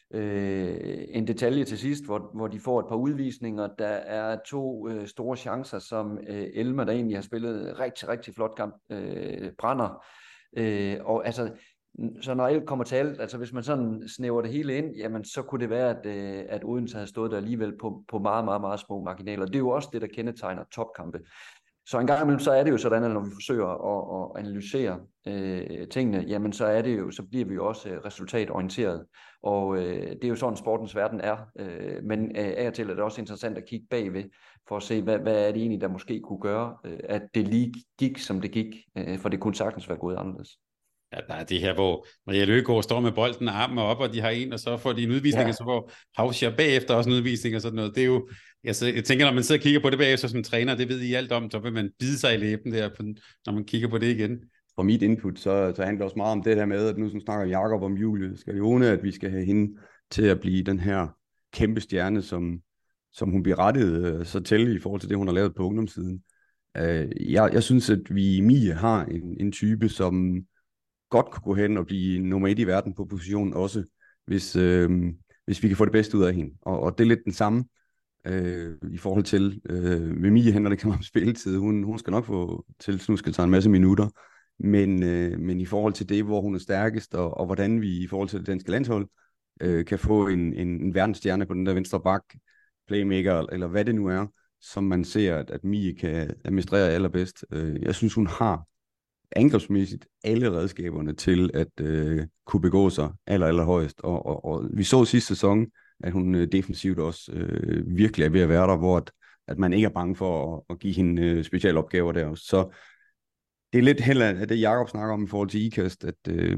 øh, en detalje til sidst, hvor, hvor de får et par udvisninger. Der er to øh, store chancer, som øh, Elmer, der egentlig har spillet rigtig, rigtig flot kamp, øh, brænder. Øh, og altså, så når alt kommer til alt, altså hvis man sådan snæver det hele ind, jamen så kunne det være, at, øh, at Odense havde stået der alligevel på, på meget, meget, meget små marginaler. Det er jo også det, der kendetegner topkampe. Så en gang imellem, så er det jo sådan, at når vi forsøger at, at analysere øh, tingene, jamen så er det jo, så bliver vi jo også resultatorienteret. Og øh, det er jo sådan, sportens verden er. Øh, men øh, af og til er det også interessant at kigge bagved, for at se, hvad, hvad er det egentlig, der måske kunne gøre, øh, at det lige gik, som det gik, øh, for det kunne sagtens være gået anderledes. Ja, der er det her, hvor Maria Løgaard står med bolden, og armen op, og de har en, og så får de en udvisning, ja. Og så får Hauscher bagefter også en udvisning og sådan noget. Det er jo, jeg, så, jeg tænker, når man sidder og kigger på det bagefter som træner, det ved I alt om, så vil man bide sig i læben der, når man kigger på det igen. fra mit input, så, så handler det også meget om det her med, at nu snakker Jakob om Julie Scaglione, at vi skal have hende til at blive den her kæmpe stjerne, som, som hun bliver rettet øh, så til i forhold til det, hun har lavet på ungdomssiden. Øh, jeg, jeg synes, at vi i Mie har en, en type, som godt kunne gå hen og blive nummer et i verden på positionen også, hvis, øh, hvis vi kan få det bedste ud af hende. Og, og det er lidt den samme øh, i forhold til, øh, med Mie handler det ikke så meget om spilletid. Hun, hun skal nok få tilsnusket sig en masse minutter, men, øh, men i forhold til det, hvor hun er stærkest, og, og hvordan vi i forhold til det danske landshold øh, kan få en, en, en verdensstjerne på den der venstre bak, playmaker, eller hvad det nu er, som man ser, at, at Mie kan administrere allerbedst. Øh, jeg synes, hun har angrebsmæssigt alle redskaberne til at øh, kunne begå sig aller, aller højst. Og, og, og vi så sidste sæson, at hun øh, defensivt også øh, virkelig er ved at være der, hvor at, at man ikke er bange for at, at give hende øh, specialopgaver der også. Så det er lidt heller af det, Jakob snakker om i forhold til IKAST, at øh,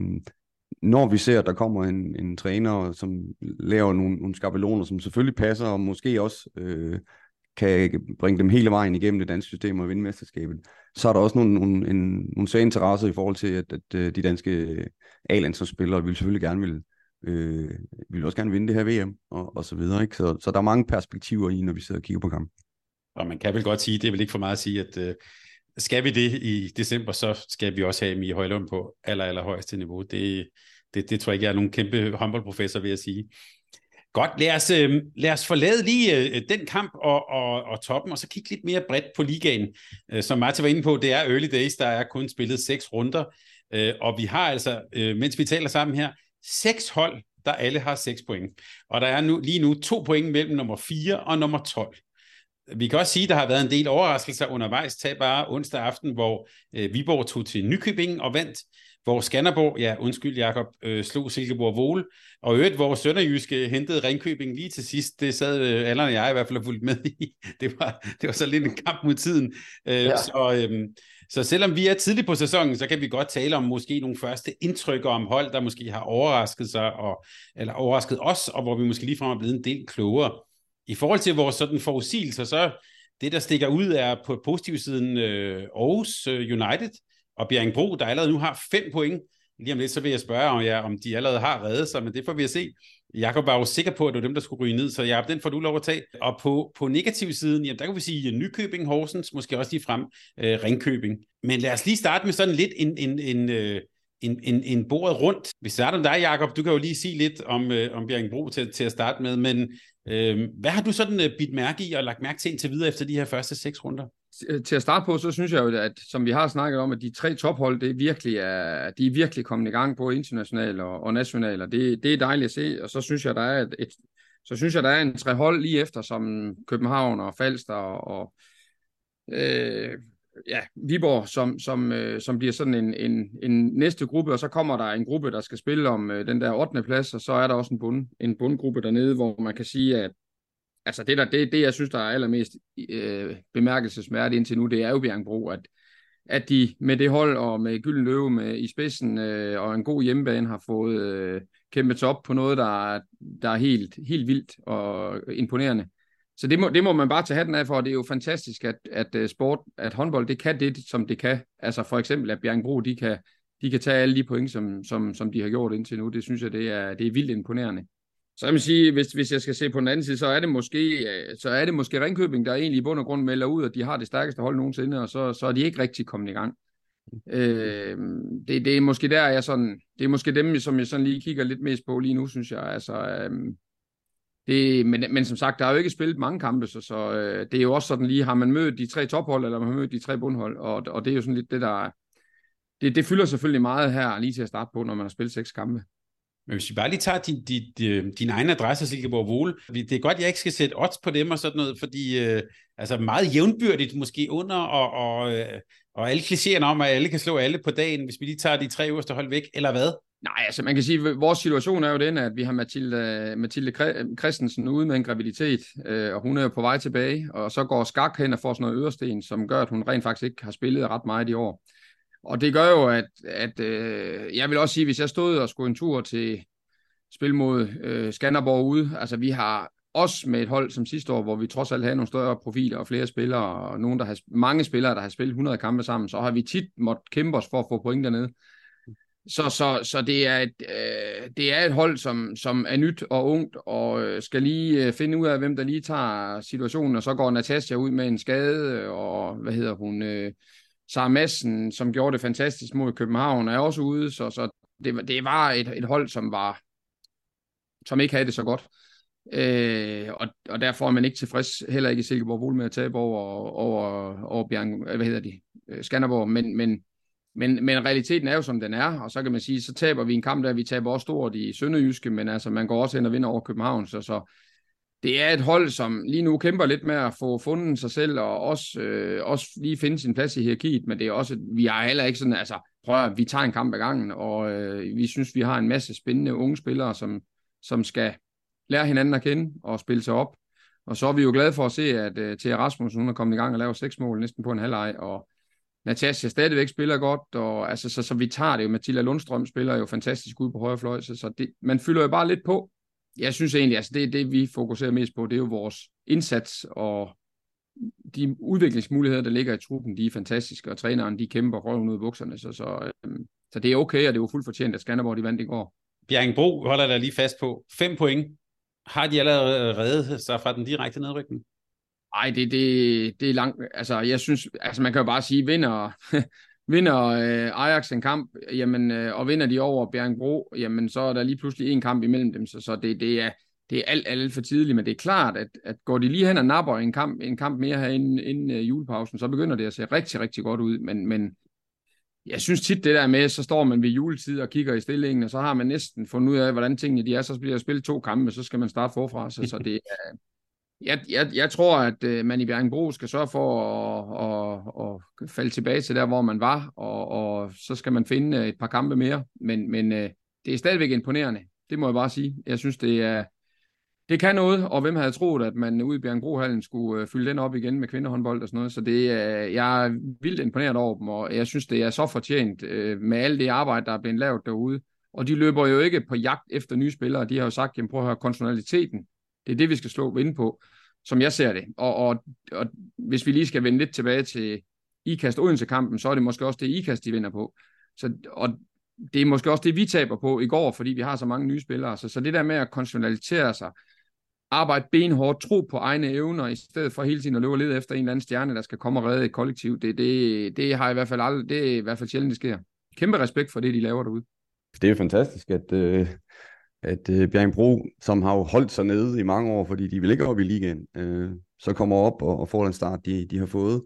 når vi ser, at der kommer en, en træner, som laver nogle, nogle skabeloner, som selvfølgelig passer, og måske også øh, kan bringe dem hele vejen igennem det danske system og vinde mesterskabet, så er der også nogle, nogle, en, nogle svære interesser i forhold til, at, at de danske A-landsholdsspillere vil selvfølgelig gerne vil, øh, vil også gerne vinde det her V M, og, og så videre. Ikke? Så, så der er mange perspektiver i, når vi sidder og kigger på kampen. Og man kan vel godt sige, det er vel ikke for meget at sige, at øh, skal vi det i december, så skal vi også have Mie Højlund på aller, aller højeste niveau. Det, det, det tror jeg ikke, jeg er nogen kæmpe håndboldprofessor ved at sige. Godt, lad os, øh, lad os forlade lige øh, den kamp og, og, og toppen, og så kigge lidt mere bredt på ligaen. Øh, som Martin var inde på, det er early days, der er kun spillet seks runder, øh, og vi har altså, øh, mens vi taler sammen her, seks hold, der alle har seks point. Og der er nu, lige nu to point mellem nummer fire og nummer tolv. Vi kan også sige, at der har været en del overraskelser undervejs. Tag bare onsdag aften, hvor øh, Viborg tog til Nykøbing og vandt, hvor Skanderborg, ja undskyld Jakob, øh, slog Silkeborg Vole, og øvrigt, hvor Sønderjyske hentede Ringkøbing lige til sidst. Det sad øh, Allan og jeg i hvert fald fulgt med i. Det var, det var så lidt en kamp mod tiden. Øh, ja. så, øh, så selvom vi er tidligt på sæsonen, så kan vi godt tale om måske nogle første indtrykker om hold, der måske har overrasket sig, og, eller overrasket os, og hvor vi måske ligefrem er blevet en del klogere. I forhold til vores sådan forudsigelser, så det, der stikker ud, er på positivsiden øh, Aarhus øh, United og Bjerringbro, der allerede nu har fem point. Lige om lidt, så vil jeg spørge om, ja, om de allerede har reddet sig, men det får vi at se. Jakob var jo sikker på, at det var dem, der skulle ryge ned, så Jakob, den får du lov at tage. Og på, på negativsiden, jamen, der kan vi sige Nykøbing, Horsens, måske også lige frem øh, Ringkøbing. Men lad os lige starte med sådan lidt en... en, en øh, En, en, en bordet rundt. Vi starter med dig, Jakob. Du kan jo lige sige lidt om, øh, om Bjerringbro til, til at starte med, men øh, hvad har du sådan øh, bidt mærke i og lagt mærke til indtil videre efter de her første seks runder? Til at starte på, så synes jeg jo, at som vi har snakket om, at de tre tophold, det er virkelig er, de er virkelig kommet i gang, både internationalt og, og nationalt, og det, det er dejligt at se, og så synes jeg, der er et, et så synes jeg, der er en tre hold lige efter, som København og Falster og, og øh, ja, Viborg, som, som, øh, som bliver sådan en, en, en næste gruppe, og så kommer der en gruppe, der skal spille om øh, den der ottende plads, og så er der også en, bund, en bundgruppe dernede, hvor man kan sige, at altså det, der, det, det jeg synes, der er allermest øh, bemærkelsesværdigt indtil nu, det er jo Bjerringbro, at, at de med det hold og med Gylden Løve med, i spidsen øh, og en god hjemmebane har fået øh, kæmpet sig op på noget, der, der er helt, helt vildt og imponerende. Så det må, det må man bare tage hatten af for, og det er jo fantastisk, at, at sport, at håndbold, det kan det, som det kan. Altså for eksempel, at Bjerringbro, de kan, de kan tage alle de point, som, som, som de har gjort indtil nu. Det synes jeg, det er, det er vildt imponerende. Så jeg vil sige, hvis, hvis jeg skal se på den anden side, så er det måske, så er det måske Ringkøbing, der egentlig i bund og grund melder ud, at de har det stærkeste hold nogensinde, og så, så er de ikke rigtig kommet i gang. Øh, det, det er måske der, jeg sådan, det er måske dem, som jeg sådan lige kigger lidt mest på lige nu, synes jeg. Altså, øh, Det, men, men som sagt, der er jo ikke spillet mange kampe, så, så øh, det er jo også sådan lige, har man mødt de tre tophold, eller man har mødt de tre bundhold, og, og det er jo sådan lidt det, der det, det fylder selvfølgelig meget her lige til at starte på, når man har spillet seks kampe. Men hvis vi bare lige tager din, din, din, din egen adresse, Silkeborg Vole, det er godt, jeg ikke skal sætte odds på dem og sådan noget, fordi øh, altså meget jævnbyrdigt måske under, og, og, øh, og alle klichéerne om, at alle kan slå alle på dagen, hvis vi lige tager de tre øverste hold væk, eller hvad? Nej, altså man kan sige, at vores situation er jo den, at vi har Mathilde, Mathilde Christensen ude med en graviditet, øh, og hun er jo på vej tilbage, og så går Skak hen og får sådan noget øresten, som gør, at hun rent faktisk ikke har spillet ret meget i år. Og det gør jo, at, at øh, jeg vil også sige, hvis jeg stod og skulle en tur til spil mod øh, Skanderborg ude, altså vi har også med et hold som sidste år, hvor vi trods alt havde nogle større profiler og flere spillere, og nogen, der har, mange spillere, der har spillet hundrede kampe sammen, så har vi tit måttet kæmpe os for at få point dernede. Så, så, så det, er et, øh, det er et hold, som, som er nyt og ungt, og øh, skal lige øh, finde ud af, hvem der lige tager situationen, og så går Natasja ud med en skade, og hvad hedder hun, øh, Sara Madsen, som gjorde det fantastisk mod København, er også ude, så, så det, det var et, et hold, som var som ikke havde det så godt. Øh, og, og derfor er man ikke tilfreds, heller ikke i Silkeborg Bol med at tabe over, over, over Bjørn, hvad hedder de, Skanderborg, men, men, men, men realiteten er jo, som den er, og så kan man sige, så taber vi en kamp, der vi taber også stort i Sønderjyske, men altså, man går også hen og vinder over København, så, så det er et hold, som lige nu kæmper lidt med at få fundet sig selv, og også, øh, også lige finde sin plads i hierarkiet, men det er også, vi er heller ikke sådan, altså, prøv at vi tager en kamp ad gangen, og øh, vi synes, vi har en masse spændende unge spillere, som, som skal lære hinanden at kende og spille sig op. Og så er vi jo glade for at se, at uh, Thea Rasmussen, hun er kommet i gang og laver seks mål næsten på en halvleg, og Natasja stadigvæk spiller godt, og altså, så, så vi tager det jo. Mathilda Lundstrøm spiller jo fantastisk ud på højre fløj, så, så det, man fylder jo bare lidt på. Jeg synes egentlig, altså det, det vi fokuserer mest på, det er jo vores indsats, og de udviklingsmuligheder, der ligger i truppen, de er fantastiske, og træneren, de kæmper røven ud af bukserne, så, så, øhm, så det er okay, og det er jo fuldt fortjent, at Skanderborg, de vandt i går. Bjerringbro holder der lige fast på. Fem point. Har de allerede reddet sig fra den direkte nedrykning? Nej, det, det, det er langt. Altså, jeg synes, altså man kan jo bare sige, vinder, vinder øh, Ajax en kamp, jamen, øh, og vinder de over Bjerringbro, jamen, så er der lige pludselig en kamp imellem dem, så, så det, det, er, det er alt, alt for tidligt, men det er klart, at, at går de lige hen og napper en kamp, en kamp mere her inden, inden øh, julepausen, så begynder det at se rigtig, rigtig godt ud, men, men jeg synes tit det der med, så står man ved juletid og kigger i stillingen, og så har man næsten fundet ud af, hvordan tingene de er, så bliver der spillet to kampe, så skal man starte forfra, så, så det er... Jeg, jeg, jeg tror, at øh, man i Bjerringbro skal sørge for at, at, at falde tilbage til der, hvor man var, og, og så skal man finde et par kampe mere, men, men øh, det er stadigvæk imponerende, det må jeg bare sige. Jeg synes, det er... Det kan noget, og hvem havde troet, at man ude i Bjerringbrohallen skulle øh, fylde den op igen med kvindehåndbold og sådan noget, så det, øh, jeg er vildt imponeret over dem, og jeg synes, det er så fortjent øh, med alt det arbejde, der er blevet lavet derude, og de løber jo ikke på jagt efter nye spillere, de har jo sagt, jamen prøv at høre, kontinuiteten, det er det, vi skal slå ind på, som jeg ser det, og, og, og hvis vi lige skal vende lidt tilbage til Ikast Odense-kampen, så er det måske også det Ikast, de vinder på, så, og det er måske også det, vi taber på i går, fordi vi har så mange nye spillere, så, så det der med at kontinuitere sig, arbejde benhårdt, tro på egne evner, i stedet for hele tiden at løbe og lede efter en eller anden stjerne, der skal komme og redde et kollektiv. Det, det, det har i hvert fald aldrig, det er i hvert fald sjældent, det sker. Kæmpe respekt for det, de laver derude. Det er fantastisk, at, øh, at øh, Bjerringbro, som har jo holdt sig nede i mange år, fordi de vil ikke op i ligaen, øh, så kommer op og, og får den start, de, de har fået.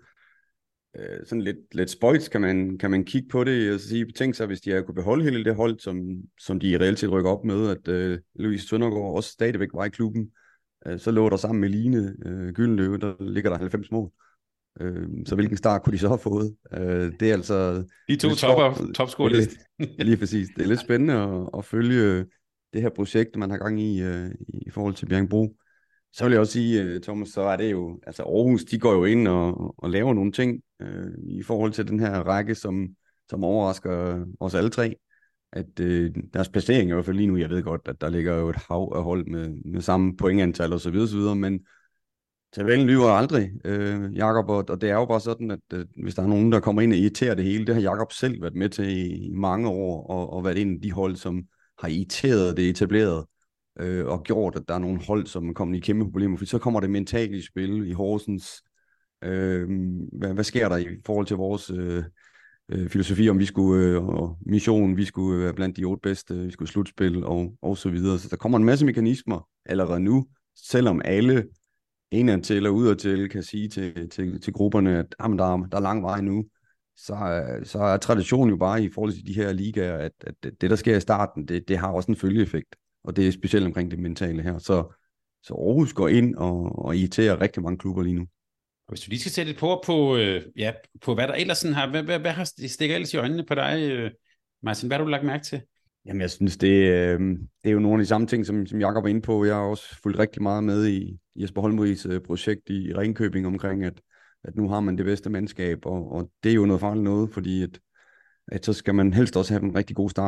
Øh, sådan lidt, lidt spøjt kan man, kan man kigge på det og sige, tænk sig, hvis de har kunne beholde hele det hold, som, som de reelt set rykker op med, at øh, Louise Søndergaard også stadigvæk var i klubben. Så lå der sammen med Line øh, Gyldenløve, der ligger der halvfems mål. Øh, så hvilken start kunne de så have fået? Øh, det er altså... De to topper, topskoleliste. Lige præcis. Det er lidt spændende at, at følge det her projekt, man har gang i øh, i forhold til Bjerringbro. Så vil jeg også sige, Thomas, så er det jo... Altså Aarhus, de går jo ind og, og laver nogle ting øh, i forhold til den her række, som, som overrasker os alle tre. At øh, deres placering er i hvert fald lige nu, jeg ved godt, at der ligger jo et hav af hold med, med samme pointantal og så videre, så videre, men tabellen lyver aldrig, øh, Jakob, og, og det er jo bare sådan, at øh, hvis der er nogen, der kommer ind og irriterer det hele, det har Jakob selv været med til i, i mange år, og, og været en af de hold, som har irriteret det etableret, øh, og gjort, at der er nogle hold, som kommer i kæmpe problemer, for så kommer det mentalt i spil i Horsens. Øh, hvad, hvad sker der i forhold til vores... Øh, filosofi om vi skulle, og missionen, vi skulle være blandt de otte bedste, vi skulle slutspil og, og så videre. Så der kommer en masse mekanismer allerede nu, selvom alle indadtil eller udadtil kan sige til, til, til grupperne, at jamen, der, er, der er lang vej nu, så, så er traditionen jo bare i forhold til de her ligaer, at, at det, der sker i starten, det, det har også en følgeeffekt, og det er specielt omkring det mentale her. Så, så Aarhus går ind og, og irriterer rigtig mange klubber lige nu. Og hvis du lige skal sætte et på, på, øh, ja, på hvad der ellers sådan har, hvad, hvad, hvad har stikker ellers i øjnene på dig, øh, Martin? Hvad har du lagt mærke til? Jamen jeg synes, det, øh, det er jo nogle af de samme ting, som, som Jakob er inde på. Jeg har også fulgt rigtig meget med i Jesper Holmrigs øh, projekt i, i Ringkøbing omkring, at, at nu har man det bedste mandskab, og, og det er jo noget farligt noget, fordi at, at så skal man helst også have en rigtig god start.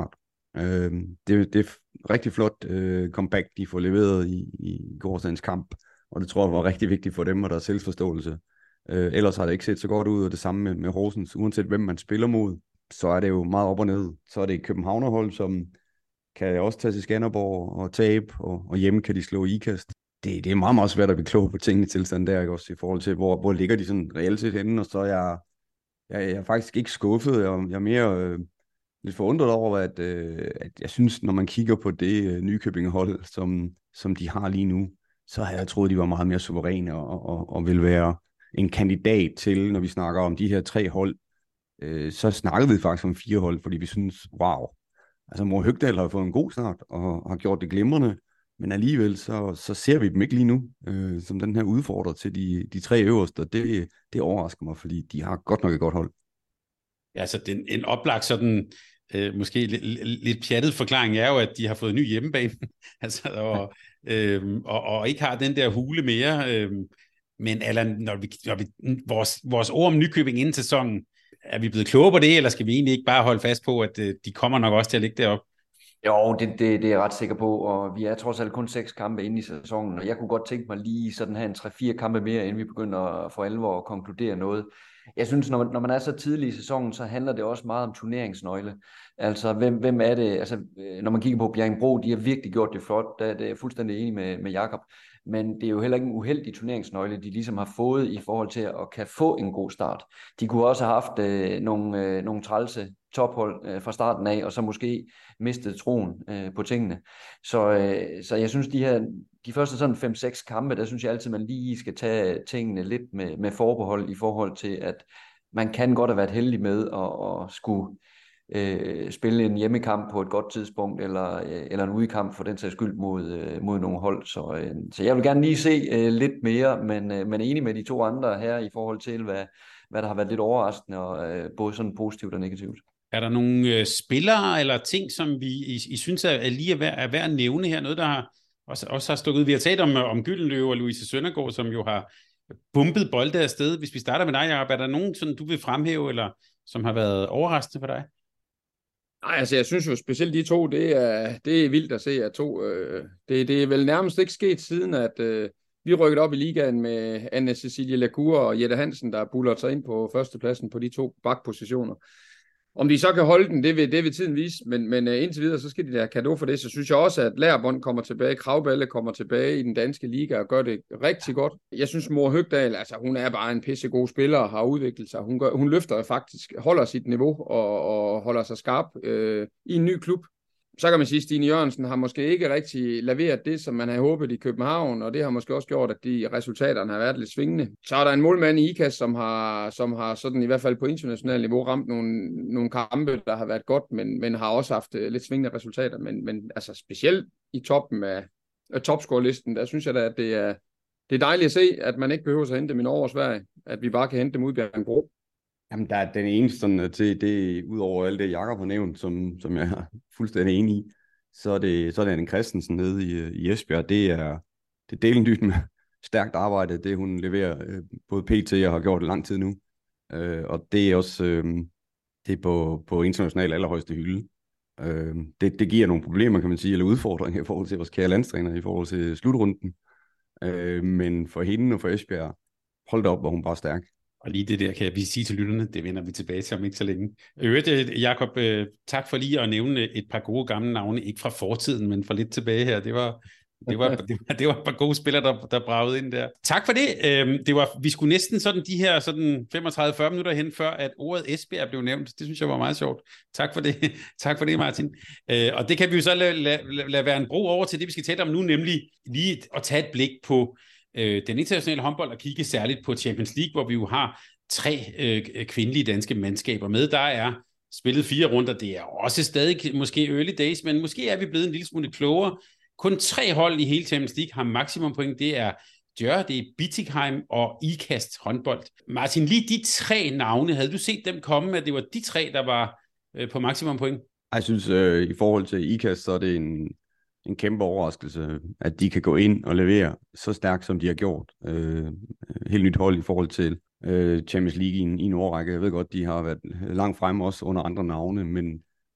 Øh, det, det er rigtig flot øh, comeback, de får leveret i, i gårsdagens kamp, og det tror jeg var rigtig vigtigt for dem og deres selvforståelse. Øh, ellers har det ikke set så godt ud, og det samme med, med Horsens. Uanset hvem man spiller mod, så er det jo meget op og ned. Så er det et Københavnerhold, som kan også tage til Skanderborg og tabe, og, og hjemme kan de slå ikast. Det, det er meget, meget svært at blive klog på tingene i tilstand der, ikke? Også i forhold til, hvor, hvor ligger de sådan reelt set henne, og så er jeg, jeg, jeg er faktisk ikke skuffet. Jeg, jeg er mere øh, lidt forundret over, at, øh, at jeg synes, når man kigger på det øh, Nykøbing-hold, som, som de har lige nu, så har jeg troet, de var meget mere suveræne og, og, og vil være en kandidat til, når vi snakker om de her tre hold, øh, så snakkede vi faktisk om fire hold, fordi vi synes, wow, altså Mor Høgdal har fået en god start og har gjort det glimrende, men alligevel så, så ser vi dem ikke lige nu øh, som den her udfordrer til de, de tre øverste, og det, det overrasker mig, fordi de har godt nok et godt hold. Ja, altså den, en oplagt sådan, øh, måske lidt, lidt pjattet forklaring er jo, at de har fået en ny hjemmebane, altså, og, øh, og, og ikke har den der hule mere, øh, men Allan, når vi, når vi, vores, vores ord om Nykøbing inden sæsonen, er vi blevet klogere på det, eller skal vi egentlig ikke bare holde fast på, at øh, de kommer nok også til at ligge deroppe? Jo, det, det, det er jeg ret sikker på, og vi er trods alt kun seks kampe inde i sæsonen, og jeg kunne godt tænke mig lige sådan her en tre-fire kampe mere, inden vi begynder at for alvor at konkludere noget. Jeg synes, når man, når man er så tidlig i sæsonen, så handler det også meget om turneringsnøgle. Altså, hvem, hvem er det? Altså, når man kigger på Bjerringbro, de har virkelig gjort det flot, der er jeg fuldstændig enig med, med Jakob. Men det er jo heller ikke en uheldig turneringsnøgle, de ligesom har fået i forhold til at kan få en god start. De kunne også have haft øh, nogle, øh, nogle trælse tophold øh, fra starten af, og så måske mistet troen øh, på tingene. Så, øh, så jeg synes, de her de første sådan fem seks kampe, der synes jeg altid, man lige skal tage tingene lidt med, med forbehold i forhold til, at man kan godt have været heldig med at, at skulle øh, spille en hjemmekamp på et godt tidspunkt, eller, øh, eller en udekamp for den sags skyld mod, øh, mod nogle hold. Så, øh, så jeg vil gerne lige se øh, lidt mere, men, øh, men enig med de to andre her i forhold til, hvad, hvad der har været lidt overraskende, og, øh, både sådan positivt og negativt. Er der nogle øh, spillere eller ting, som vi I, I synes er, er lige er værd, er værd at nævne her? Noget, der har, også, også har stukket ud. Vi har talt om, om Gyldenløve og Louise Søndergaard, som jo har bumpet bolde afsted. Hvis vi starter med dig, Jacob, er der nogen, sådan, du vil fremhæve, eller som har været overraskende for dig? Nej, altså jeg synes jo specielt de to, det er, det er vildt at se, at to, øh, det, det er vel nærmest ikke sket siden, at øh, vi rykkede op i ligaen med Anne-Cecilie Lacour og Jette Hansen, der buller sig ind på førstepladsen på de to bakpositioner. Om de så kan holde den, det vil, det vil tiden vise, men, men uh, indtil videre, så skal de da cadeau for det. Så synes jeg også, at Lærbånd kommer tilbage, Kravballe kommer tilbage i den danske liga og gør det rigtig godt. Jeg synes, Mor Høgdal, altså hun er bare en pissegod spiller og har udviklet sig. Hun, gør, hun løfter faktisk, holder sit niveau og, og holder sig skarp øh, i en ny klub. Så kan man sige, at Stine Jørgensen har måske ikke rigtig leveret det, som man havde håbet i København, og det har måske også gjort, at de resultaterne har været lidt svingende. Så er der en målmand i IKAST, som har, som har sådan i hvert fald på internationalt niveau ramt nogle, nogle kampe, der har været godt, men, men har også haft lidt svingende resultater. Men, men altså specielt i toppen af, af topscore-listen, der synes jeg da, at det er, det er dejligt at se, at man ikke behøver at hente dem i Norge og Sverige, at vi bare kan hente dem ud i Bjerringbro. Jamen, der er den eneste sådan, til det, ud over alt det, Jakob har nævnt, som, som jeg er fuldstændig enig i, så er det, så er det Anne Christensen nede i, i Esbjerg. Det er, det er delen dybt med stærkt arbejde, det hun leverer, øh, både P T og har gjort det lang tid nu. Øh, og det er også øh, det er på, på international allerhøjeste hylde. Øh, det, det giver nogle problemer, kan man sige, eller udfordringer i forhold til vores kære landstræner, i forhold til slutrunden. Øh, men for hende og for Esbjerg, hold da op, hvor hun bare stærk. Og lige det der kan jeg sige til lytterne, det vender vi tilbage til om ikke så længe. Øvrigt, Jakob, tak for lige at nævne et par gode gamle navne, ikke fra fortiden, men fra lidt tilbage her. Det var, det var, det var, det var et par gode spillere, der, der bragede ind der. Tak for det. Det var, vi skulle næsten sådan de her sådan femogtredive til fyrre minutter hen, før at ordet Esbjerg blev nævnt. Det synes jeg var meget sjovt. Tak for det, tak for det Martin. Og det kan vi jo så lade, lade, lade være en bro over til det, vi skal tale om nu, nemlig lige at tage et blik på den internationale håndbold og kigge særligt på Champions League, hvor vi jo har tre øh, kvindelige danske mandskaber med. Der er spillet fire runder. Det er også stadig måske early days, men måske er vi blevet en lille smule klogere. Kun tre hold i hele Champions League har maksimum point. Det er Djør, det er Bietigheim og IKAST håndbold. Martin, lige de tre navne, havde du set dem komme, at det var de tre, der var øh, på maksimum point? Jeg synes, øh, i forhold til IKAST, så er det en en kæmpe overraskelse, at de kan gå ind og levere så stærkt, som de har gjort. Øh, helt nyt hold i forhold til øh, Champions League i en, i en årrække. Jeg ved godt, de har været langt fremme også under andre navne, men,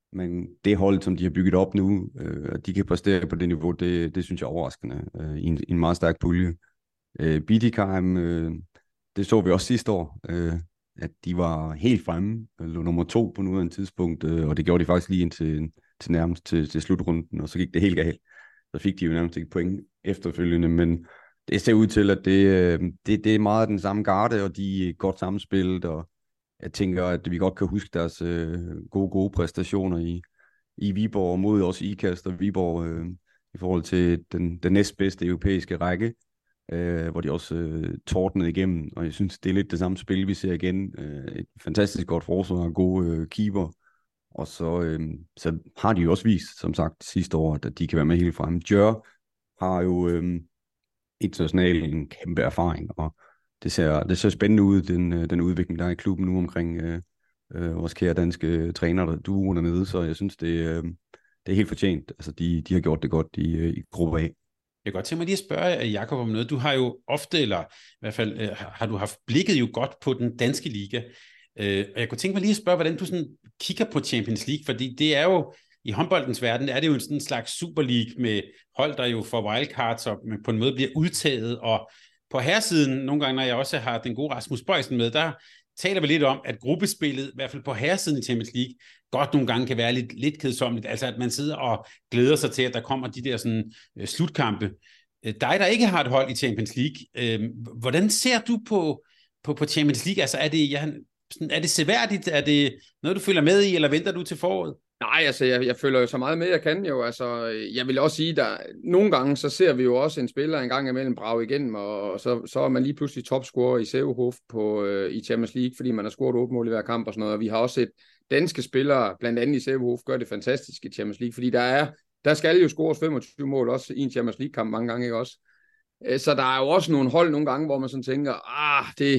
men det hold, som de har bygget op nu, øh, at de kan præstere på det niveau, det, det synes jeg er overraskende øh, i, en, i en meget stærk pulje. Øh, Bietigheim, øh, det så vi også sidste år, øh, at de var helt fremme, lå nummer to på nuværende tidspunkt, øh, og det gjorde de faktisk lige indtil til nærmest til, til slutrunden, og så gik det helt galt. Så fik de jo nærmest ikke point efterfølgende, men det ser ud til, at det, øh, det, det er meget den samme garde, og de er godt samspillet, og jeg tænker, at vi godt kan huske deres øh, gode, gode præstationer i, i Viborg, og mod også Ikast og Viborg, øh, i forhold til den, den næstbedste europæiske række, øh, hvor de også øh, tordnede igennem, og jeg synes, det er lidt det samme spil, vi ser igen. Øh, et fantastisk godt forsvar og gode øh, keeper, og så, øh, så har de jo også vist, som sagt, sidste år, at de kan være med helt fremme. Djør har jo øh, internationalt en kæmpe erfaring, og det ser, det ser spændende ud, den, den udvikling, der er i klubben nu omkring øh, øh, vores kære danske træner, der duer dernede, så jeg synes, det, øh, det er helt fortjent. Altså, de, de har gjort det godt i, i gruppe A. Jeg kan godt tænke mig lige at spørge, Jakob, om noget. Du har jo ofte, eller i hvert fald øh, har du haft blikket jo godt på den danske liga, øh, og jeg kunne tænke mig lige at spørge, hvordan du sådan kigger på Champions League, fordi det er jo, i håndboldens verden, er det jo en sådan slags Super League med hold, der jo får wildcards, og på en måde bliver udtaget, og på herresiden, nogle gange, når jeg også har den gode Rasmus Bøjsen med, der taler vi lidt om, at gruppespillet, i hvert fald på herresiden i Champions League, godt nogle gange kan være lidt, lidt kedsommeligt. Altså, at man sidder og glæder sig til, at der kommer de der sådan, uh, slutkampe. Uh, dig, der ikke har et hold i Champions League, uh, hvordan ser du på, på, på Champions League? Altså, er det, ja, sådan, er det seværdigt? Er det noget, du følger med i, eller venter du til foråret? Nej, altså jeg, jeg følger jo så meget med, jeg kan jo. Altså, jeg vil også sige, at nogle gange, så ser vi jo også en spiller en gang imellem brage igennem, og så, så er man lige pludselig topscorer i Severhof på, øh, i Champions League, fordi man har scoret otte mål i hver kamp og sådan noget. Og vi har også set danske spillere, blandt andet i Severhof, gør det fantastisk i Champions League, fordi der er, der skal jo scores femogtyve mål også i en Champions League-kamp mange gange, ikke også? Så der er jo også nogle hold nogle gange, hvor man sådan tænker, ah, det,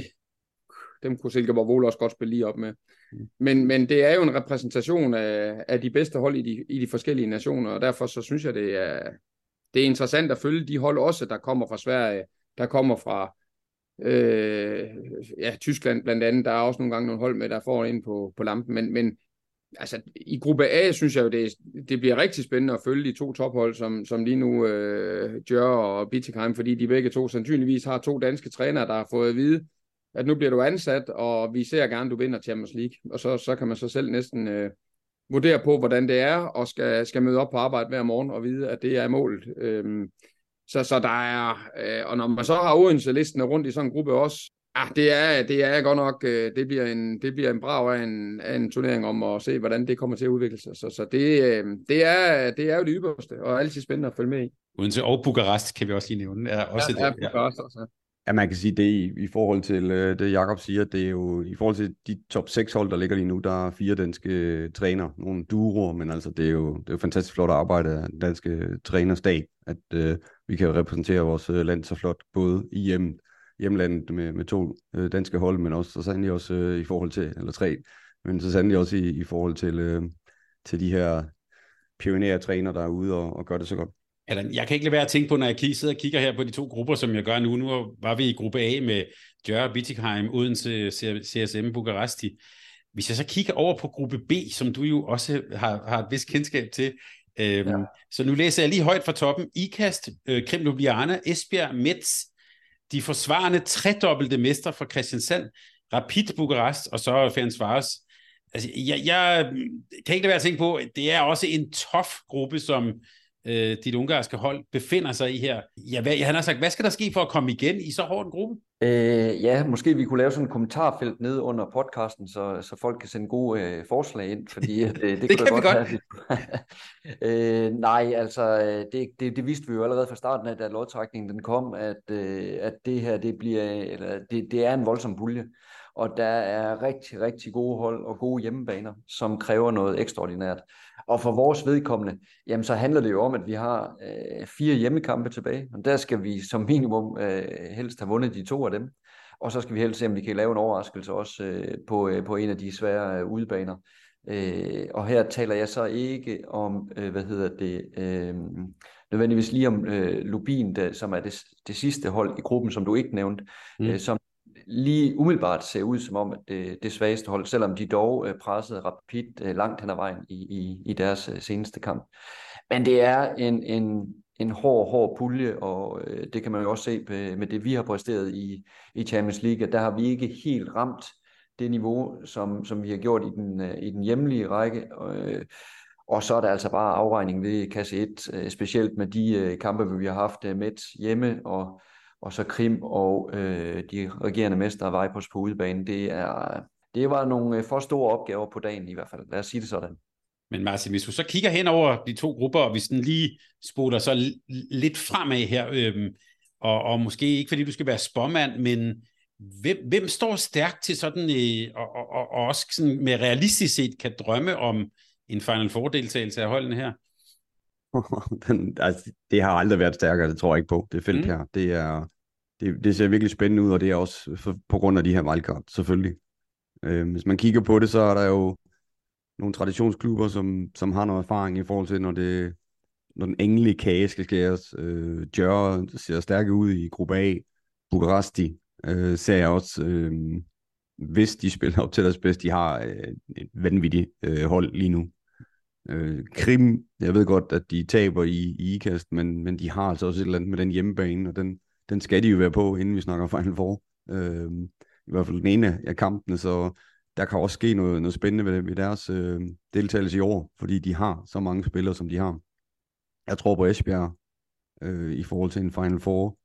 dem kunne Silkeborg Vole også godt spille lige op med. Men, men det er jo en repræsentation af, af de bedste hold i de, i de forskellige nationer, og derfor så synes jeg, det er, det er interessant at følge de hold også, der kommer fra Sverige, der kommer fra øh, ja, Tyskland blandt andet. Der er også nogle gange nogle hold med, der får ind på, på lampen, men, men altså, i gruppe A synes jeg jo, det, det bliver rigtig spændende at følge de to tophold, som, som lige nu øh, Djør og Bietigheim, fordi de begge to sandsynligvis har to danske trænere, der har fået at vide, at nu bliver du ansat, og vi ser gerne, at du vinder Champions League. Og så, så kan man så selv næsten øh, vurdere på, hvordan det er, og skal, skal møde op på arbejde hver morgen og vide, at det er målet. Øhm, så, så der er, øh, og når man så har Odense-listen rundt i sådan en gruppe også, ah, det, er, det er godt nok, øh, det, bliver en, det bliver en brav af en, af en turnering om at se, hvordan det kommer til at udvikle sig. Så, så det, øh, det, er, det er jo det ypperste, og altid spændende at følge med i. Odense og Bukarest kan vi også lige nævne. Er også ja, det, ja, Bukarest også. Ja, man kan sige, det i, i forhold til øh, det, Jakob siger, det er jo i forhold til de top seks hold, der ligger lige nu, der er fire danske øh, træner, nogle duoer, men altså det er jo, det er jo fantastisk flot arbejde af den danske trænerstab, at øh, vi kan repræsentere vores øh, land så flot, både i hjem, hjemlandet med, med to øh, danske hold, men også så sandelig også øh, i forhold til, eller tre, men så sandelig også i, i forhold til, øh, til de her pionertræner, der er ude og, og gør det så godt. Jeg kan ikke lade være at tænke på, når jeg sidder og kigger her på de to grupper, som jeg gør nu. Nu var vi i gruppe A med Djør, Bietigheim, Odense, C S M, Bukaresti. Hvis jeg så kigger over på gruppe B, som du jo også har, har et vist kendskab til, øhm, ja. Så nu læser jeg lige højt fra toppen. Ikast, øh, Krim Ljubljana, Esbjerg, Metz, de forsvarende tredobbelte mestre fra Kristiansand, Rapid Bukarest og så Ferencvaros. Altså, jeg, jeg kan ikke lade være at tænke på, at det er også en tof gruppe, som øh, dit ungarske hold befinder sig i her. Ja, hvad, han har sagt, hvad skal der ske for at komme igen i så hård en gruppe? Øh, ja, måske vi kunne lave sådan en kommentarfelt nede under podcasten, så, så folk kan sende gode øh, forslag ind, fordi øh, det, det, det kan vi godt. godt. øh, nej, altså det, det, det vidste vi jo allerede fra starten af, da lodtrækningen den kom, at, øh, at det her det bliver, eller det, det er en voldsom pulje, og der er rigtig, rigtig gode hold og gode hjemmebaner, som kræver noget ekstraordinært. Og for vores vedkommende, jamen så handler det jo om, at vi har øh, fire hjemmekampe tilbage, og der skal vi som minimum øh, helst have vundet de to af dem. Og så skal vi helst se, om vi kan lave en overraskelse også øh, på, øh, på en af de svære øh, udebaner. Øh, og her taler jeg så ikke om, øh, hvad hedder det, øh, nødvendigvis lige om øh, Lubin, der, som er det, det sidste hold i gruppen, som du ikke nævnte, mm. øh, som lige umiddelbart ser ud som om, at det, det svageste hold, selvom de dog øh, pressede Rapid øh, langt hen ad vejen i, i, i deres øh, seneste kamp. Men det er en, en, en hård, hård pulje, og øh, det kan man jo også se med, med det, vi har præsteret i, i Champions League, at der har vi ikke helt ramt det niveau, som, som vi har gjort i den, øh, i den hjemlige række. Øh, og så er der altså bare afregning ved kasse et, øh, specielt med de øh, kampe, vi har haft øh, med hjemme, og og så Krim og øh, de regerende mestre Vipers på udebane. Det, er, det var nogle for store opgaver på dagen i hvert fald. Lad os sige det sådan. Men Martin, hvis du så kigger hen over de to grupper, og vi sådan lige spoler så l- lidt fremad her, øhm, og, og måske ikke fordi du skal være spåmand, men hvem, hvem står stærkt til sådan, øh, og, og, og også sådan med realistisk set kan drømme om en Final Four-deltagelse af holdene her? Den, altså, det har aldrig været stærkere, det tror jeg ikke på. Det felt mm. her. Det, er, det, det ser virkelig spændende ud, og det er også for, på grund af de her wildcard, selvfølgelig. Øh, hvis man kigger på det, så er der jo nogle traditionsklubber, som, som har noget erfaring i forhold til, når, det, når den engelige kage skal skæres. Øh, Gjør ser stærke ud i gruppe A. Bukaresti øh, ser jeg også, øh, hvis de spiller op til deres bedste, de har øh, et vanvittigt øh, hold lige nu. Øh, Krim, jeg ved godt, at de taber i, i ikast, men, men de har altså også et eller andet med den hjemmebane, og den, den skal de jo være på, inden vi snakker Final Four. Øh, I hvert fald den ene af kampene, så der kan også ske noget, noget spændende ved, ved deres øh, deltagelse i år, fordi de har så mange spillere, som de har. Jeg tror på Esbjerg øh, i forhold til en Final Four.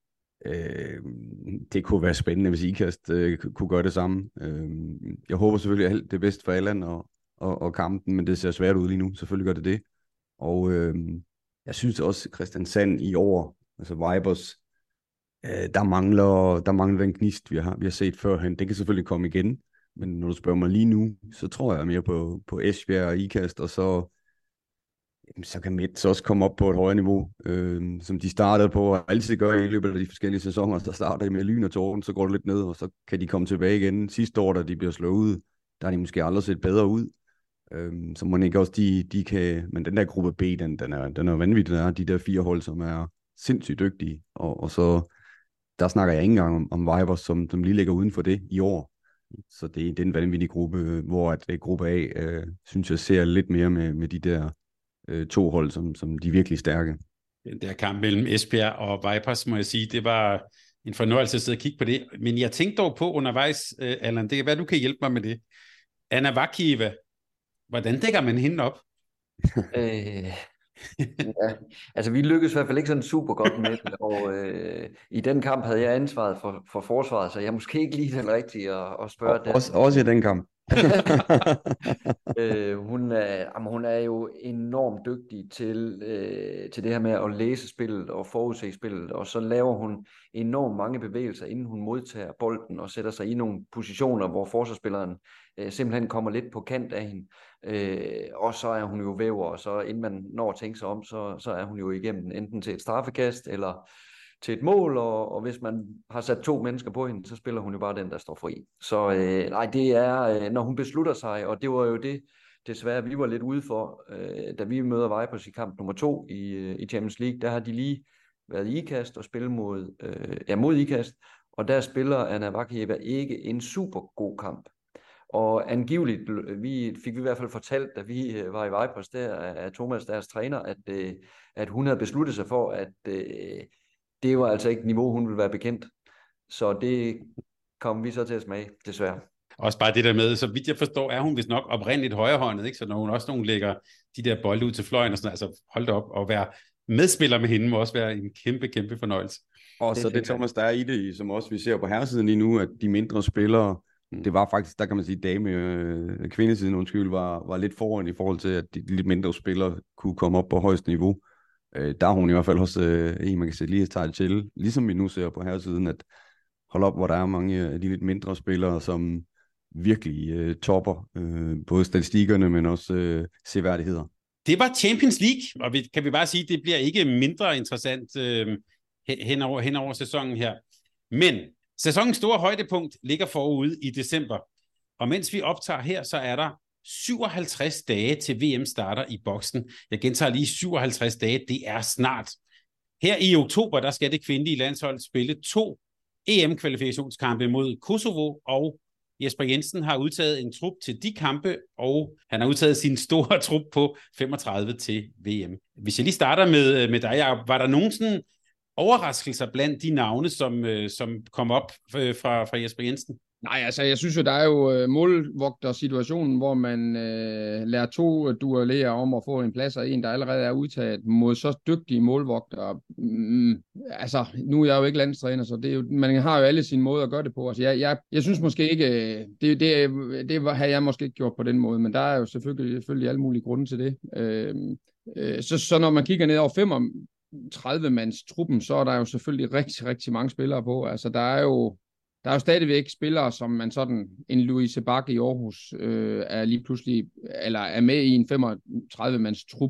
Øh, det kunne være spændende, hvis ikast øh, kunne gøre det samme. Øh, jeg håber selvfølgelig alt det bedste for Alland og Og, og kampen, men det ser svært ud lige nu. Selvfølgelig gør det det. Og øh, jeg synes også, Kristiansand i år, altså Vipers, øh, der mangler der mangler den gnist, vi har, vi har set førhen. Den kan selvfølgelig komme igen, men når du spørger mig lige nu, så tror jeg mere på, på Esbjerg og ikast, og så, jamen, så kan Mets også komme op på et højere niveau, øh, som de startede på, og altid gør i løbet af de forskellige sæsoner. Der starter med lyn og torden, så går det lidt ned, og så kan de komme tilbage igen. Sidste år, da de bliver slået ud, der har de måske aldrig set bedre ud. Øhm, så må ikke også de, de kan, men den der gruppe B, den, den er, den er vanvittig, der er de der fire hold, som er sindssygt dygtige, og, og så, der snakker jeg ikke engang om, om Vipers, som, som lige ligger uden for det i år, så det, det er en vanvittig gruppe, hvor at, at gruppe A, øh, synes jeg ser lidt mere med, med de der øh, to hold, som, som de er virkelig stærke. Den der kamp mellem Esbjerg og Vipers, må jeg sige, det var en fornøjelse at sidde og kigge på det, men jeg tænkte dog på undervejs, øh, Allan, det kan være, du kan hjælpe mig med det. Anna Vakieva, hvordan dækker man hende op? øh, ja, altså vi lykkedes i hvert fald ikke sådan super godt med det, og øh, i den kamp havde jeg ansvaret for, for forsvaret, så jeg er måske ikke lige den rigtige at, at spørge. Og, også, også i den kamp. øh, hun, er, jamen, hun er jo enormt dygtig til, øh, til det her med at læse spillet og forudse spillet, og så laver hun enormt mange bevægelser, inden hun modtager bolden og sætter sig i nogle positioner, hvor forsvarsspilleren øh, simpelthen kommer lidt på kant af hende. Øh, og så er hun jo væver, og så inden man når at tænke sig om, så, så er hun jo igennem enten til et straffekast eller til et mål, og, og hvis man har sat to mennesker på hende, så spiller hun jo bare den, der står fri. Så øh, nej, det er, øh, når hun beslutter sig, og det var jo det, desværre, vi var lidt ude for, øh, da vi møder Vipers i kamp nummer to i, øh, i Champions League, der har de lige været i ikast og spillet mod, øh, ja, mod ikast, og der spiller Anna Vakieva ikke en super god kamp. Og angiveligt vi, fik vi i hvert fald fortalt, da vi var i Vipers der, af Thomas, deres træner, at, øh, at hun havde besluttet sig for, at øh, det var altså ikke et niveau, hun ville være bekendt. Så det kom vi så til at smage, desværre. Også bare det der med, så vidt jeg forstår, er hun vist nok oprindeligt højrehåndet, ikke? Så når hun også nogen lægger de der bolde ud til fløjen og sådan, altså hold da op, og være medspiller med hende må også være en kæmpe, kæmpe fornøjelse. Og så det, det Thomas, der er i det, som også vi ser på herresiden lige nu, at de mindre spillere, det var faktisk, der kan man sige, dame, øh, kvindesiden, undskyld, var, var lidt foran i forhold til, at de lidt mindre spillere kunne komme op på højst niveau. Øh, der er hun i hvert fald også øh, en, man kan sætte lige et til, ligesom vi nu ser på herresiden, at hold op, hvor der er mange af de lidt mindre spillere, som virkelig øh, topper øh, både statistikkerne, men også øh, seværdigheder. Det var Champions League, og vi, kan vi bare sige, det bliver ikke mindre interessant øh, hen, over, hen over sæsonen her. Men sæsonens store højdepunkt ligger forude i december, og mens vi optager her, så er der syvoghalvtreds dage til V M starter i boksen. Jeg gentager lige syvoghalvtreds dage, det er snart. Her i oktober, der skal det kvindelige landshold spille to E M-kvalifikationskampe mod Kosovo, og Jesper Jensen har udtaget en trup til de kampe, og han har udtaget sin store trup på femogtredive til V M. Hvis jeg lige starter med, med dig, Jacob, var der nogen sådan overraskelser blandt de navne, som, som kom op fra, fra Jesper Jensen? Nej, altså jeg synes jo, der er jo målvogter-situationen, hvor man øh, lærer to duellerer om at få en plads, og en, der allerede er udtaget mod så dygtige målvogtere. Mm, altså, nu er jeg jo ikke landstræner, så det er jo, man har jo alle sine måder at gøre det på. Altså, jeg, jeg, jeg synes måske ikke, det, det, det har jeg måske ikke gjort på den måde, men der er jo selvfølgelig, selvfølgelig alle mulige grunde til det. Øh, øh, så, så når man kigger ned over femogtredive mands truppen, så er der jo selvfølgelig rigtig, rigtig mange spillere på. Altså, der er jo Der er jo stadigvæk spillere, som man sådan, en Louise Bak i Aarhus, øh, er lige pludselig, eller er med i en femogtredive mands trup.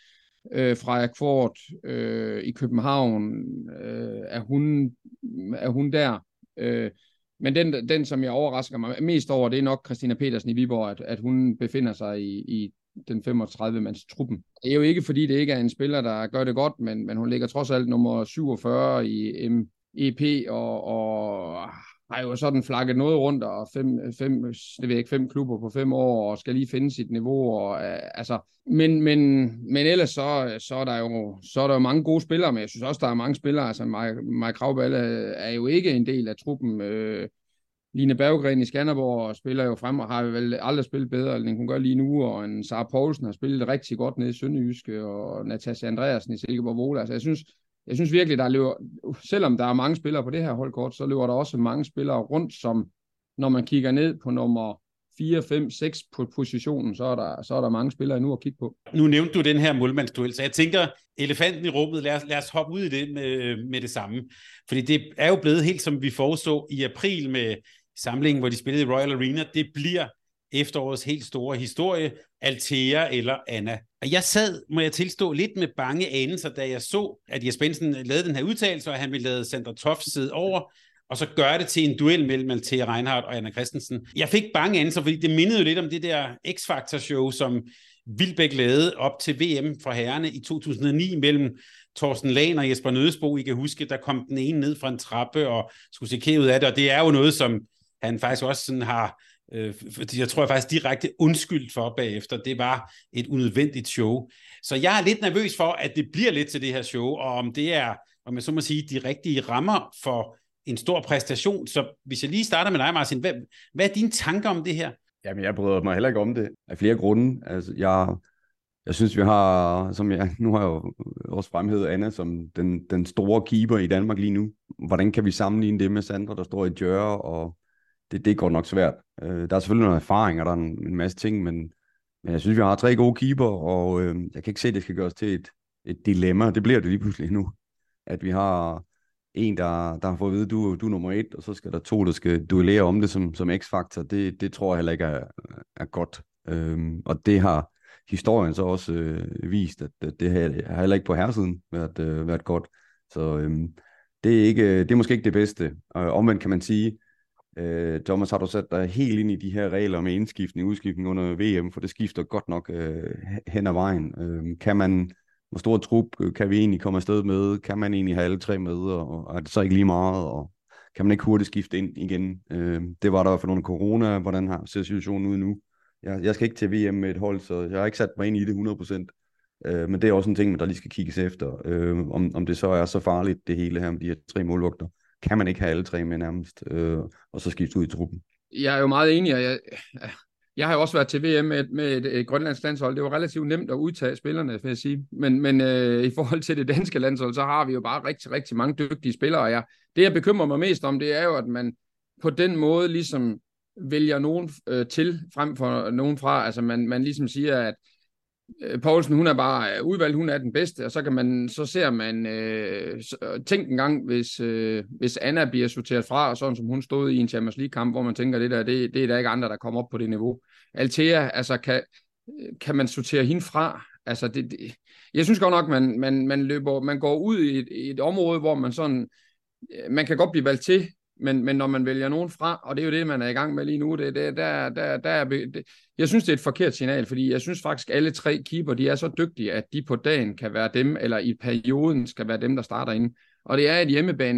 Øh, Freja Kvort øh, i København, øh, er, hun, er hun der. Øh, men den, den, som jeg overrasker mig mest over, det er nok Christina Petersen i Viborg, at, at hun befinder sig i, i den femogtredive mands truppen. Det er jo ikke, fordi det ikke er en spiller, der gør det godt, men, men hun ligger trods alt nummer syvogfyrre i M E P, og, og har jo sådan flakket noget rundt, og fem, fem, det ved jeg ikke, fem klubber på fem år, og skal lige finde sit niveau. Og, uh, altså, men, men, men ellers så, så, er der jo, så er der jo mange gode spillere, men jeg synes også, der er mange spillere. Altså, Maja Kravballe er jo ikke en del af truppen. Uh, Line Berggren i Skanderborg spiller jo frem, og har vel aldrig spillet bedre, end hun gør lige nu, og en Sara Poulsen har spillet rigtig godt nede i Sønderjyske, og Natasha Andreasen i Silkeborg Vola. Altså, jeg synes, Jeg synes virkelig, der løber, selvom der er mange spillere på det her holdkort, så løber der også mange spillere rundt, som når man kigger ned på nummer fire, fem, seks på positionen, så er der, så er der mange spillere endnu at kigge på. Nu nævnte du den her målmandsduel, så jeg tænker, elefanten i rummet, lad os, lad os hoppe ud i det med, med det samme. Fordi det er jo blevet helt, som vi foreså i april med samlingen, hvor de spillede i Royal Arena. Det bliver efterårets helt store historie, Althea eller Anna. Og jeg sad, må jeg tilstå, lidt med bange anelser, da jeg så, at Jesper Jensen lavede den her udtalelse, og han ville lade Sandra Toft sidde over, og så gøre det til en duel mellem Althea Reinhardt og Anna Christensen. Jeg fik bange anelser, fordi det mindede jo lidt om det der X-Factor-show, som Wilbæk lavede op til V M for herrerne i to tusind og ni mellem Torsten Lahn og Jesper Nødesbo. I kan huske, der kom den ene ned fra en trappe og skulle se kævet af det, og det er jo noget, som han faktisk også sådan har, øh, jeg tror jeg faktisk direkte undskyldt for bagefter. Det var et unødvendigt show. Så jeg er lidt nervøs for, at det bliver lidt til det her show, og om det er, om jeg så må sige, de rigtige rammer for en stor præstation. Så hvis jeg lige starter med dig, Martin, hvad, hvad er dine tanker om det her? Jamen, jeg bryder mig heller ikke om det af flere grunde. Altså, jeg, jeg synes, vi har, som jeg, nu har jeg jo også fremhævet Anna som den, den store keeper i Danmark lige nu. Hvordan kan vi sammenligne det med Sandra, der står i Djøre, og det, det er godt nok svært. Øh, der er selvfølgelig nogle erfaringer, der er en, en masse ting, men, men jeg synes, vi har tre gode keeper, og øh, jeg kan ikke se, at det skal gøres til et, et dilemma. Det bliver det lige pludselig nu, at vi har en, der, der har fået at vide, du, du er nummer et, og så skal der to, der skal duellere om det som, som X-Factor. Det, det tror jeg heller ikke er, er godt. Øhm, og det har historien så også øh, vist, at, at det har, har heller ikke på herresiden været, øh, været godt. Så øhm, det, er ikke, det er måske ikke det bedste. Og omvendt kan man sige, øh, Thomas, har du sat dig helt ind i de her regler med indskiftning og udskiftning under V M, for det skifter godt nok øh, hen ad vejen. Øh, kan man... Hvor stor trup kan vi egentlig komme afsted med? Kan man egentlig have alle tre med? Og er det så ikke lige meget? Og kan man ikke hurtigt skifte ind igen? Øh, det var der for nogle corona. Hvordan har ser situationen ud nu? Jeg, jeg skal ikke til V M med et hold, så jeg har ikke sat mig ind i det hundrede procent. Øh, men det er også en ting, der lige skal kigges efter. Øh, om, om det så er så farligt, det hele her med de her tre målvogter. Kan man ikke have alle tre med nærmest? Øh, og så skifte ud i truppen? Jeg er jo meget enig, og jeg... Jeg har jo også været til V M med, med et, et grønlandsk landshold. Det var relativt nemt at udtage spillerne, vil jeg sige. Men, men øh, i forhold til det danske landshold, så har vi jo bare rigtig, rigtig mange dygtige spillere. Og jeg, det, jeg bekymrer mig mest om, det er jo, at man på den måde ligesom vælger nogen øh, til, frem for nogen fra. Altså man, man ligesom siger, at øh, Poulsen, hun er bare udvalgt, hun er den bedste. Og så kan man, så ser man, øh, tænk en gang, hvis, øh, hvis Anna bliver sorteret fra, og sådan som hun stod i en Champions League-kamp, hvor man tænker, det der, det, det er der ikke andre, der kommer op på det niveau. Althea, altså kan, kan man sortere hende fra? Altså det, det, jeg synes godt nok, man, man, man løber, man går ud i et, i et område, hvor man sådan, man kan godt blive valgt til, men, men når man vælger nogen fra, og det er jo det, man er i gang med lige nu, det, det, der, der, der er, det, jeg synes, det er et forkert signal, fordi jeg synes faktisk, alle tre keeper, de er så dygtige, at de på dagen kan være dem, eller i perioden skal være dem, der starter inde. Og det er et hjemmebane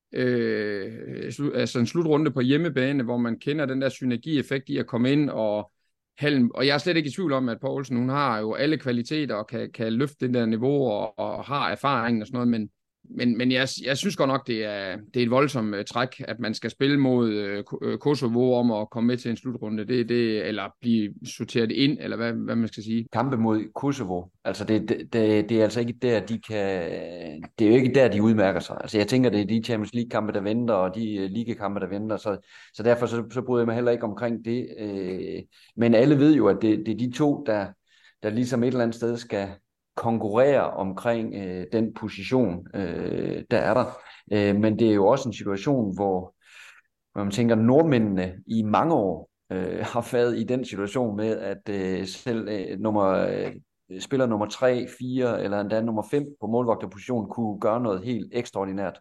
øh, altså en slutrunde på hjemmebane, hvor man kender den der synergieffekt i at komme ind og Halm, og jeg er slet ikke i tvivl om, at Poulsen, hun har jo alle kvaliteter og kan, kan løfte det der niveau og, og har erfaring og sådan noget, men, men, men jeg, jeg synes godt nok, det er, det er et voldsomt uh, træk, at man skal spille mod uh, Kosovo om at komme med til en slutrunde, det, det, eller blive sorteret ind, eller hvad, hvad man skal sige. Kampe mod Kosovo, altså det, det, det, det er altså ikke der, de kan, det er jo ikke der, de udmærker sig. Altså jeg tænker, det er de Champions League-kampe, der venter, og de uh, ligakampe, der venter, så, så derfor så, så bryder jeg mig heller ikke omkring det. Øh, men alle ved jo, at det, det er de to, der, der ligesom et eller andet sted skal konkurrere omkring øh, den position, øh, der er der. Øh, men det er jo også en situation, hvor, hvor man tænker, nordmændene i mange år øh, har været i den situation med, at øh, selv øh, nummer, øh, spiller nummer tre, fire eller endda nummer fem på målvogterposition kunne gøre noget helt ekstraordinært.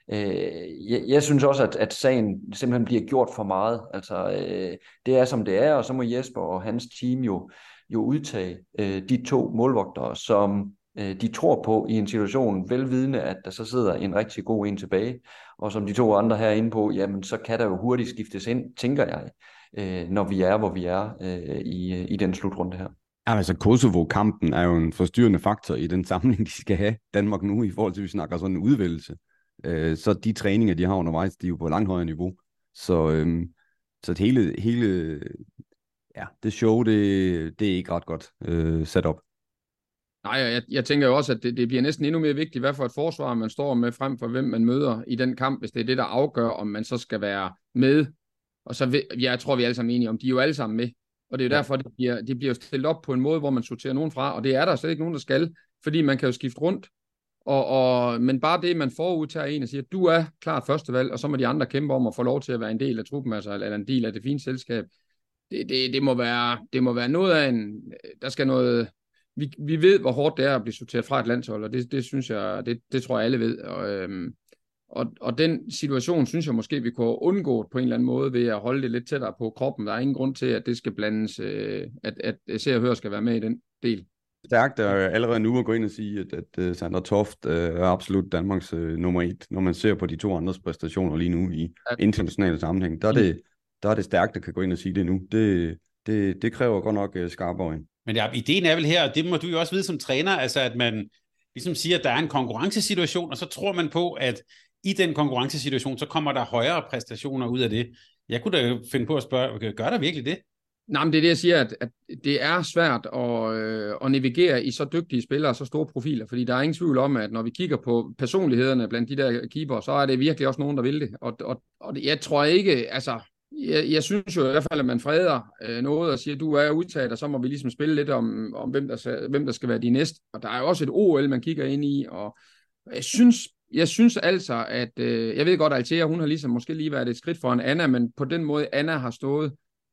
Øh, jeg, jeg synes også, at, at sagen simpelthen bliver gjort for meget. Altså, øh, det er som det er, og så må Jesper og hans team jo jo udtage øh, de to målvogtere, som øh, de tror på i en situation, velvidende, at der så sidder en rigtig god en tilbage, og som de to andre her inde på, jamen så kan der jo hurtigt skiftes ind, tænker jeg, øh, når vi er, hvor vi er øh, i, i den slutrunde her. Ja, altså Kosovo-kampen er jo en forstyrrende faktor i den samling, de skal have Danmark nu, i forhold til, at vi snakker sådan en udvælgelse. Øh, så de træninger, de har undervejs, de er jo på langt højere niveau. Så, øh, så det hele... hele Ja, det show, det, det er ikke ret godt øh, sat op. Nej, jeg, jeg tænker jo også, at det, det bliver næsten endnu mere vigtigt, hvad for et forsvar man står med, frem for hvem man møder i den kamp, hvis det er det, der afgør, om man så skal være med. Og så vil, jeg tror, vi er alle sammen enige om, de er jo alle sammen med. Og det er jo derfor, det bliver, det bliver stillet op på en måde, hvor man sorterer nogen fra, og det er der slet ikke nogen, der skal, fordi man kan jo skifte rundt. Og, og, men bare det, man forudtager en og siger, du er klart førstevalg, og så må de andre kæmpe om at få lov til at være en del af truppen, altså, eller en del af det fine selskab. Det, det, det, må være, det må være noget af en... Der skal noget... Vi, vi ved, hvor hårdt det er at blive sorteret fra et landshold, og det, det synes jeg, det, det tror jeg alle ved. Og, øhm, og, og den situation, synes jeg måske, vi kunne undgå på en eller anden måde ved at holde det lidt tættere på kroppen. Der er ingen grund til, at det skal blandes, øh, at, at Se og Hør skal være med i den del. Stærkt er allerede nu at gå ind og sige, at, at Sander Toft uh, er absolut Danmarks uh, nummer et, når man ser på de to andres præstationer lige nu i ja. internationale sammenhæng. Der er det... der er det stærkt, der kan gå ind og sige det nu. Det, det, det kræver godt nok uh, skarpe øjne. Men ja, ideen er vel her, og det må du jo også vide som træner, altså at man ligesom siger, at der er en konkurrencesituation, og så tror man på, at i den konkurrencesituation, så kommer der højere præstationer ud af det. Jeg kunne da finde på at spørge, gør der virkelig det? Nej, men det er det, jeg siger, at, at det er svært at, øh, at navigere i så dygtige spillere og så store profiler, fordi der er ingen tvivl om, at når vi kigger på personlighederne blandt de der keeper, så er det virkelig også nogen, der vil det. Og, og, og jeg tror ikke, altså... Jeg, jeg synes jo i hvert fald, at man freder øh, noget og siger, at du er udtaget, og så må vi ligesom spille lidt om, om hvem, der, hvem der skal være de næste. Og der er jo også et O L, man kigger ind i, og jeg synes, jeg synes altså, at øh, jeg ved godt, at Althea, hun har ligesom måske lige været et skridt foran Anna, men på den måde, Anna har stået,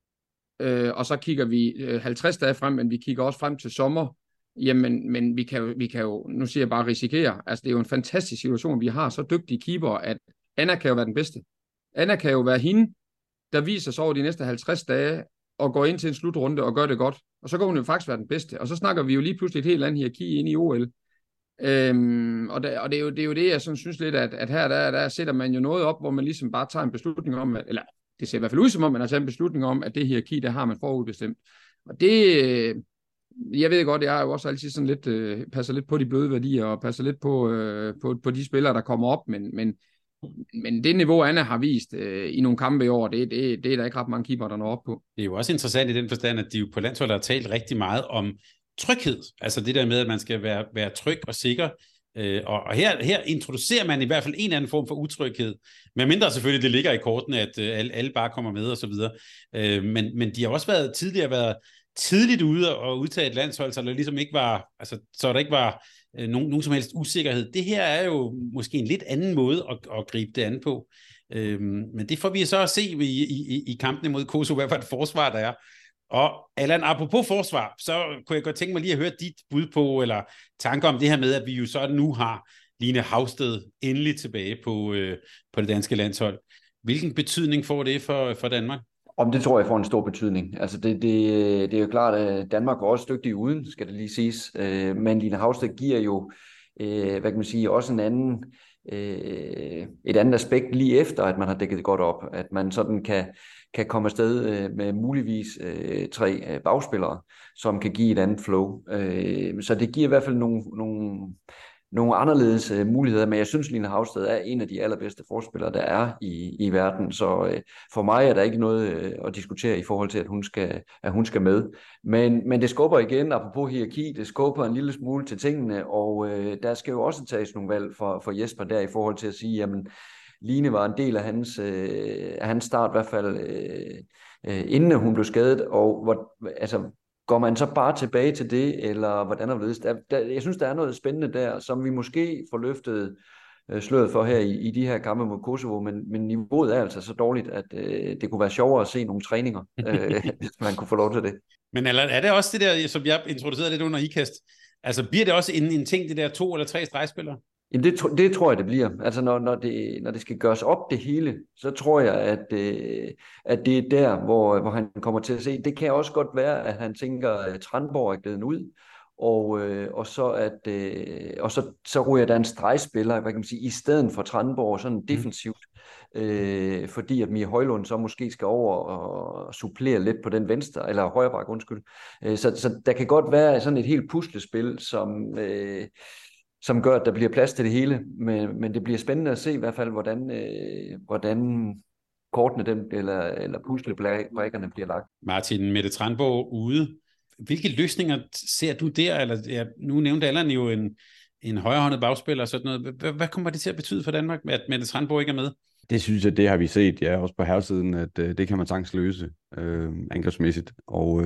øh, og så kigger vi øh, halvtreds dage frem, men vi kigger også frem til sommer. Jamen, men vi kan, jo, vi kan jo, nu siger jeg bare risikere, altså det er jo en fantastisk situation, vi har så dygtige keeper, at Anna kan jo være den bedste. Anna kan jo være hende, der viser sig over de næste halvtreds dage, og går ind til en slutrunde og gør det godt. Og så går hun jo faktisk være den bedste. Og så snakker vi jo lige pludselig et helt andet hierarki ind i O L. Øhm, og det, og det, er jo, det er jo det, jeg sådan synes lidt, at, at her der, der sætter man jo noget op, hvor man ligesom bare tager en beslutning om, at, eller det ser i hvert fald ud som om, man har taget en beslutning om, at det hierarki, der har man forudbestemt. Og det, jeg ved godt, jeg er jo også altid sådan lidt, øh, passer lidt på de bløde værdier, og passer lidt på, øh, på, på de spillere, der kommer op, men, men Men det niveau, Anna har vist øh, i nogle kampe i år, det, det, det er der ikke ret mange keeper, der når op på. Det er jo også interessant i den forstand, at de jo på landsholdet har talt rigtig meget om tryghed. Altså det der med, at man skal være, være tryg og sikker. Øh, og og her, her introducerer man i hvert fald en eller anden form for utryghed. Men mindre selvfølgelig, det ligger i kortene, at øh, alle, alle bare kommer med og så videre. Øh, men, men de har også været tidligere været tidligt ude og udtage et landshold, så der ligesom ikke var, altså, så der ikke var øh, nogen, nogen som helst usikkerhed. Det her er jo måske en lidt anden måde at, at gribe det an på. Øhm, men det får vi så at se i, i, i kampen imod Kosovo, hvad for et forsvar der er. Og Allan, apropos forsvar, så kunne jeg godt tænke mig lige at høre dit bud på, eller tanker om det her med, at vi jo så nu har Line Hausted endelig tilbage på, øh, på det danske landshold. Hvilken betydning får det for, for Danmark? Om det tror jeg får en stor betydning. Altså det, det, det er jo klart, at Danmark var også dygtig uden, skal det lige siges. Men Line Hausted giver jo øh, hvad kan man sige, også en anden, øh, et andet aspekt lige efter, at man har dækket godt op, at man sådan kan, kan komme afsted øh, med muligvis øh, tre øh, bagspillere, som kan give et andet flow. Øh, så det giver i hvert fald nogle, nogle nogle anderledes øh, muligheder, men jeg synes, Line Havsted er en af de allerbedste forspillere, der er i, i verden, så øh, for mig er der ikke noget øh, at diskutere i forhold til, at hun skal, at hun skal med. Men, men det skubber igen, apropos hierarki, det skubber en lille smule til tingene, og øh, der skal jo også tages nogle valg for, for Jesper der i forhold til at sige, jamen, Line var en del af hans, øh, af hans start, i hvert fald øh, øh, inden hun blev skadet, og hvor, altså, går man så bare tilbage til det, eller hvordan er det? Der, der, jeg synes, der er noget spændende der, som vi måske får løftet øh, sløret for her i, i de her kampe mod Kosovo, men, men niveauet er altså så dårligt, at øh, det kunne være sjovere at se nogle træninger, øh, hvis man kunne få lov til det. Men er, er det også det der, som jeg introducerede lidt under ikast, altså bliver det også en, en ting, det der to eller tre stregspillere? Jamen det, det tror jeg, det bliver. Altså når, når, det, når det skal gøres op det hele, så tror jeg, at, øh, at det er der, hvor, hvor han kommer til at se. Det kan også godt være, at han tænker, at Tranborg er glæden ud, og, øh, og, så, at, øh, og så, så ryger der en stregspiller, hvad kan man sige, i stedet for Tranborg, sådan defensivt. Øh, fordi at Mia Højlund så måske skal over og supplere lidt på den venstre, eller højre bak, undskyld. Øh, så, så der kan godt være sådan et helt puslespil, som... Øh, som gør, at der bliver plads til det hele, men, men det bliver spændende at se i hvert fald, hvordan, øh, hvordan kortene dem, eller, eller puslebrækkerne bliver lagt. Martin, Mette Tranborg ude. Hvilke løsninger ser du der? Eller, ja, nu nævnte Allan jo en, en højrehåndet bagspiller og sådan noget. Hvad, hvad kommer det til at betyde for Danmark, at Mette Tranborg ikke er med? Det synes jeg, det har vi set, ja, også på herresiden, at øh, det kan man sagtens løse øh, angrebsmæssigt. Og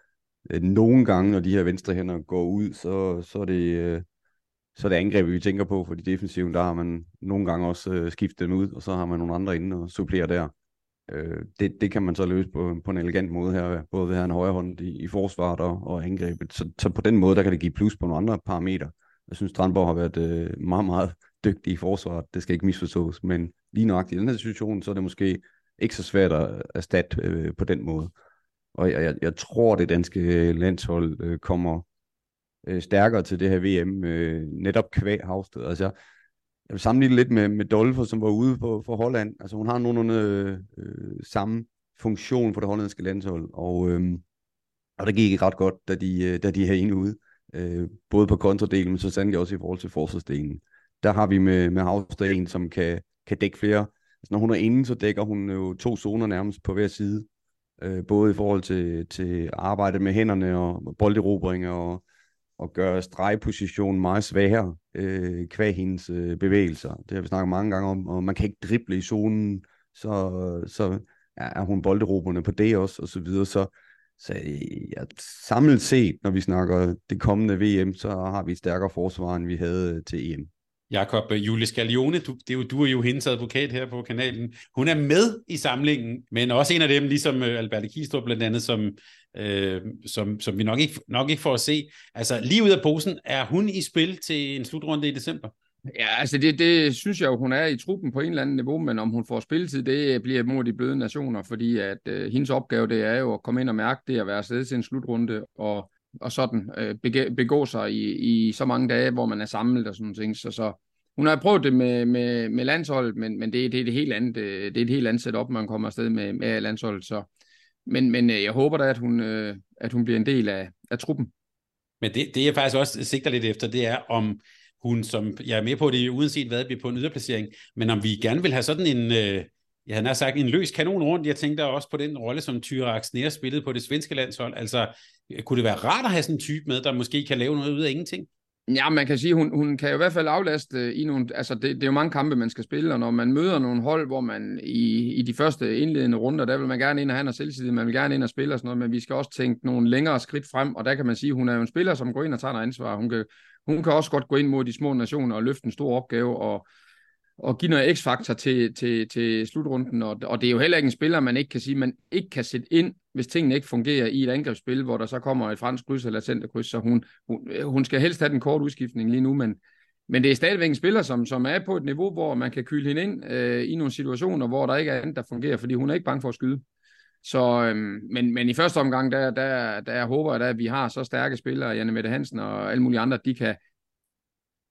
øh, nogle gange, når de her venstre hænder går ud, så, så er det... Øh, Så er det angrebet, vi tænker på, for de defensive, der har man nogle gange også øh, skiftet dem ud, og så har man nogle andre inde og supplerer der. Øh, det, det kan man så løse på, på en elegant måde her, både ved at have en højre hånd i, i forsvaret og, og angrebet. Så, så på den måde, der kan det give plus på nogle andre parametre. Jeg synes, Strandborg har været øh, meget, meget dygtig i forsvaret. Det skal ikke misforstås, men lige nøjagtigt i den her situation, så er det måske ikke så svært at erstatte øh, på den måde. Og jeg, jeg, jeg tror, det danske landshold øh, kommer øh, stærkere til det her V M, øh, netop kvæg Havsted. Altså, jeg, jeg vil sammenligne lidt med, med Dolfer, som var ude på, for Holland. Altså, hun har nogenlunde øh, samme funktion for det hollandske landshold, og, øh, og det gik ikke ret godt, da de, da de er inde ude. Øh, både på kontradelen, men så sandelig også i forhold til forsvarsdelen. Der har vi med, med Havsted en, som kan, kan dække flere. Altså, når hun er inde, så dækker hun jo to zoner nærmest på hver side. Øh, både i forhold til, til arbejde med hænderne og bolderobringer og, og gøre stregpositionen meget sværere øh, kvæg hendes øh, bevægelser. Det har vi snakket mange gange om, og man kan ikke drible i zonen, så, så er hun bolderobrende på det også, og så videre. Så, så ja, samlet set, når vi snakker det kommende V M, så har vi et stærkere forsvar, end vi havde til E M. Jakob, Julie Scaglione, du, det er jo, du er jo hendes advokat her på kanalen. Hun er med i samlingen, men også en af dem, ligesom Alberte Kistrup blandt andet, som, øh, som, som vi nok ikke, nok ikke får at se. Altså, lige ud af posen, er hun i spil til en slutrunde i december? Ja, altså det, det synes jeg jo, hun er i truppen på en eller anden niveau, men om hun får spilletid, det bliver mod de bløde nationer, fordi at øh, hendes opgave, det er jo at komme ind og mærke det, at være afsted til en slutrunde, og, og sådan øh, begå, begå sig i, i så mange dage, hvor man er samlet og sådan nogle ting. Så, så hun har prøvet det med, med, med landsholdet, men, men det, det er det helt andet, det er et helt andet setup, man kommer afsted med, med landsholdet. Så. Men, men jeg håber da, at hun, øh, at hun bliver en del af, af truppen. Men det, det jeg faktisk også sigter lidt efter, det er om hun, som jeg er med på det, uanset hvad, bliver på en yderplacering, men om vi gerne vil have sådan en, øh, jeg havde nær sagt, en løs kanon rundt. Jeg tænkte også på den rolle, som Tyra Axner spillede på det svenske landshold. Altså, kunne det være rart at have sådan en type med, der måske kan lave noget ud af ingenting? Ja, man kan sige, hun, hun kan jo i hvert fald aflaste i nogle, altså det, det er jo mange kampe, man skal spille, og når man møder nogle hold, hvor man i, i de første indledende runder, der vil man gerne ind og have noget selvtillid, man vil gerne ind og spille og sådan noget, men vi skal også tænke nogle længere skridt frem, og der kan man sige, hun er jo en spiller, som går ind og tager noget ansvar. Hun kan, hun kan også godt gå ind mod de små nationer og løfte en stor opgave, og og give noget x-faktor til, til, til slutrunden, og, og det er jo heller ikke en spiller, man ikke kan sige, man ikke kan sætte ind, hvis tingene ikke fungerer i et angrebsspil, hvor der så kommer et fransk kryds eller et centerkryds, så hun, hun, hun skal helst have den korte udskiftning lige nu, men, men det er stadigvæk en spiller, som, som er på et niveau, hvor man kan kyle hende ind øh, i nogle situationer, hvor der ikke er andet, der fungerer, fordi hun er ikke bange for at skyde. Så, øhm, men, men i første omgang, der, der, der håber jeg, at vi har så stærke spillere, Janne Mette Hansen og alle mulige andre, de kan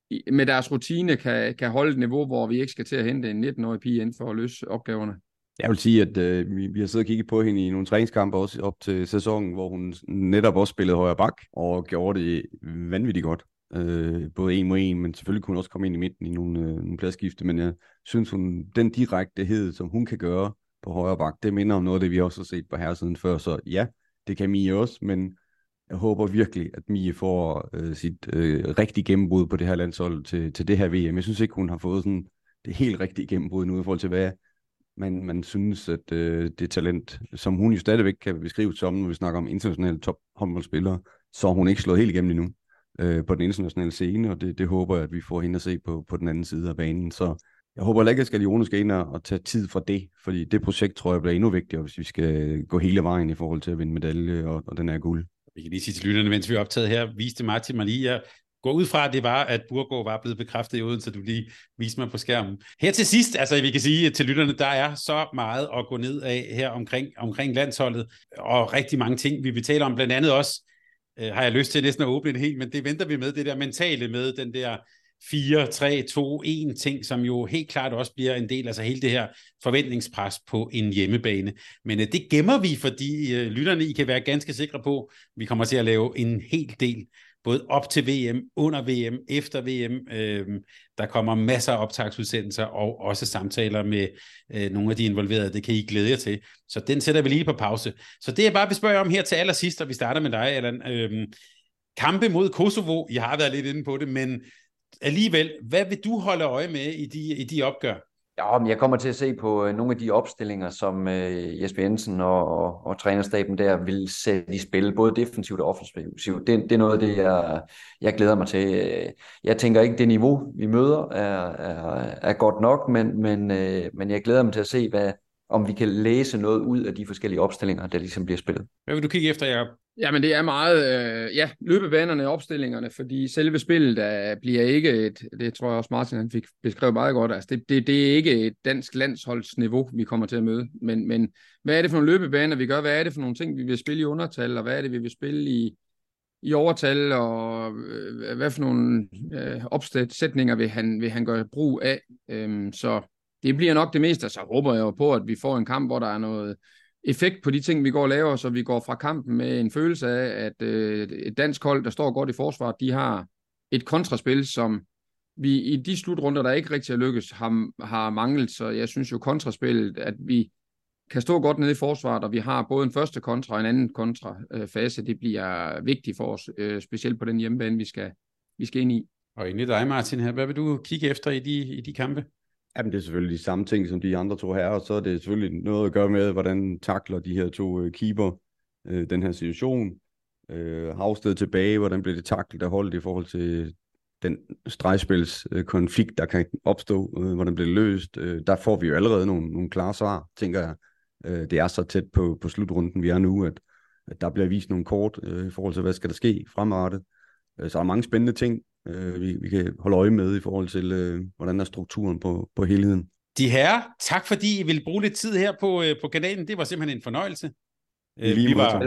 med deres rutine kan, kan holde et niveau, hvor vi ikke skal til at hente en nitten-årig pige ind for at løse opgaverne. Jeg vil sige, at øh, vi, vi har siddet og kigget på hende i nogle træningskampe også op til sæsonen, hvor hun netop også spillede højre bak og gjorde det vanvittigt godt. Øh, både en mod en, men selvfølgelig kunne hun også komme ind i midten i nogle, øh, nogle pladsskifte, men jeg synes, hun, den direktehed, som hun kan gøre på højre bak, det minder om noget af det, vi også har set på herresiden før, så ja, det kan Mie også, men jeg håber virkelig, at Mie får øh, sit øh, rigtige gennembrud på det her landshold til, til det her V M. Jeg synes ikke, hun har fået sådan det helt rigtige gennembrud nu i forhold til, hvad man, man synes, at øh, det talent, som hun jo stadigvæk kan beskrives som, når vi snakker om internationale top-håndboldspillere, så har hun ikke slået helt igennem endnu øh, på den internationale scene, og det, det håber jeg, at vi får hende at se på, på den anden side af banen. Så jeg håber ikke, at Skallione skal ind og tage tid fra det, fordi det projekt, tror jeg, bliver endnu vigtigere, hvis vi skal gå hele vejen i forhold til at vinde medalje og, og den her guld. Vi kan lige sige til lytterne, mens vi er optaget her, viste Martin mig lige, jeg går ud fra, at det var, at Burgård var blevet bekræftet i Odense, så du lige viste mig på skærmen. Her til sidst, altså vi kan sige til lytterne, der er så meget at gå ned af her omkring, omkring landsholdet, og rigtig mange ting, vi vil tale om, blandt andet også, øh, har jeg lyst til næsten at åbne det helt, men det venter vi med, det der mentale med, den der fire, tre, to, en ting, som jo helt klart også bliver en del, altså hele det her forventningspres på en hjemmebane. Men øh, det gemmer vi, fordi øh, lytterne, I kan være ganske sikre på, vi kommer til at lave en hel del, både op til V M, under V M, efter V M. Øh, der kommer masser af optagsudsendelser og også samtaler med øh, nogle af de involverede. Det kan I glæde jer til. Så den sætter vi lige på pause. Så det er bare, vi spørger om her til allersidst, og vi starter med dig, Allan. Øh, kampe mod Kosovo, I har været lidt inde på det, men alligevel, hvad vil du holde øje med i de, i de opgør? Ja, men jeg kommer til at se på nogle af de opstillinger, som øh, Jesper Jensen og, og, og trænerstaben der vil sætte i spil, både defensivt og offensivt. Det, det er noget af det, jeg, jeg glæder mig til. Jeg tænker ikke, det niveau, vi møder, er, er, er godt nok, men, men, øh, men jeg glæder mig til at se, hvad, om vi kan læse noget ud af de forskellige opstillinger, der ligesom bliver spillet. Hvad vil du kigge efter, Jacob? Jamen det er meget, øh, ja, løbebanerne og opstillingerne, fordi selve spillet der bliver ikke et, det tror jeg også Martin han fik beskrevet meget godt, altså det, det, det er ikke et dansk landsholdsniveau, vi kommer til at møde, men, men hvad er det for nogle løbebaner, vi gør, hvad er det for nogle ting, vi vil spille i undertal, og hvad er det, vi vil spille i, i overtal, og øh, hvad for nogle øh, opsætninger vil han, vil han gøre brug af, øhm, så det bliver nok det meste, så håber jeg jo på, at vi får en kamp, hvor der er noget effekt på de ting, vi går og laver, så vi går fra kampen med en følelse af, at øh, et dansk hold, der står godt i forsvaret, de har et kontraspil, som vi i de slutrunder, der ikke rigtig har lykkes, har, har manglet. Så jeg synes jo kontraspillet, at vi kan stå godt nede i forsvaret, og vi har både en første kontra og en anden kontrafase, det bliver vigtigt for os, øh, specielt på den hjemmebane, vi skal, vi skal ind i. Og egentlig dig, Martin, her. Hvad vil du kigge efter i de, i de kampe? Jamen, det er selvfølgelig de samme ting, som de andre to her, og så er det selvfølgelig noget at gøre med, hvordan takler de her to øh, keeper øh, den her situation. Øh, Havsted tilbage, hvordan bliver det taklet af holdet i forhold til den stregspilskonflikt, øh, der kan opstå, øh, hvordan bliver det løst. Øh, der får vi jo allerede nogle, nogle klare svar, tænker jeg. Øh, det er så tæt på, på slutrunden, vi er nu, at, at der bliver vist nogle kort øh, i forhold til, hvad skal der ske fremadrettet. Øh, så er der mange spændende ting, Vi, vi kan holde øje med i forhold til, øh, hvordan er strukturen på, på helheden. De herrer, tak fordi I ville bruge lidt tid her på, øh, på kanalen. Det var simpelthen en fornøjelse. Øh, vi, var,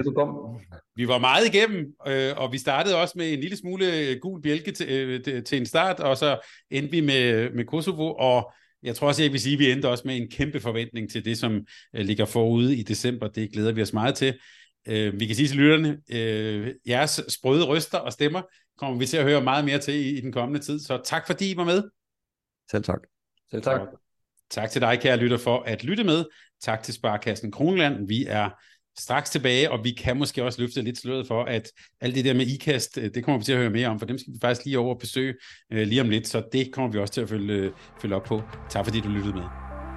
vi var meget igennem, øh, og vi startede også med en lille smule gul bjælke til, øh, til en start, og så endte vi med, med Kosovo, og jeg tror også, jeg vil sige, at vi endte også med en kæmpe forventning til det, som øh, ligger forude i december. Det glæder vi os meget til. Øh, vi kan sige til lytterne, øh, jeres sprøde røster og stemmer kommer vi til at høre meget mere til i, i den kommende tid. Så tak fordi I var med. Selv tak. Selv tak. Tak til dig, kære lytter, for at lytte med. Tak til Sparekassen Kronjylland. Vi er straks tilbage, og vi kan måske også løfte lidt sløret for, at alt det der med ikast, det kommer vi til at høre mere om, for dem skal vi faktisk lige over besøge øh, lige om lidt, så det kommer vi også til at følge, følge op på. Tak fordi du lyttede med.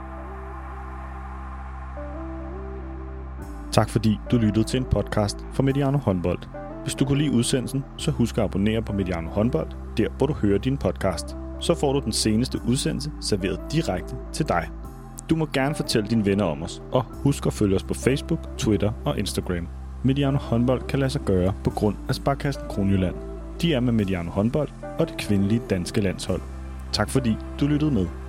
Tak fordi du lyttede til en podcast fra Mediano Håndbold. Hvis du kunne lide udsendelsen, så husk at abonnere på Mediano Håndbold, der hvor du hører din podcast. Så får du den seneste udsendelse serveret direkte til dig. Du må gerne fortælle dine venner om os, og husk at følge os på Facebook, Twitter og Instagram. Mediano Håndbold kan lade sig gøre på grund af Sparekassen Kronjylland. De er med Mediano Håndbold og det kvindelige danske landshold. Tak fordi du lyttede med.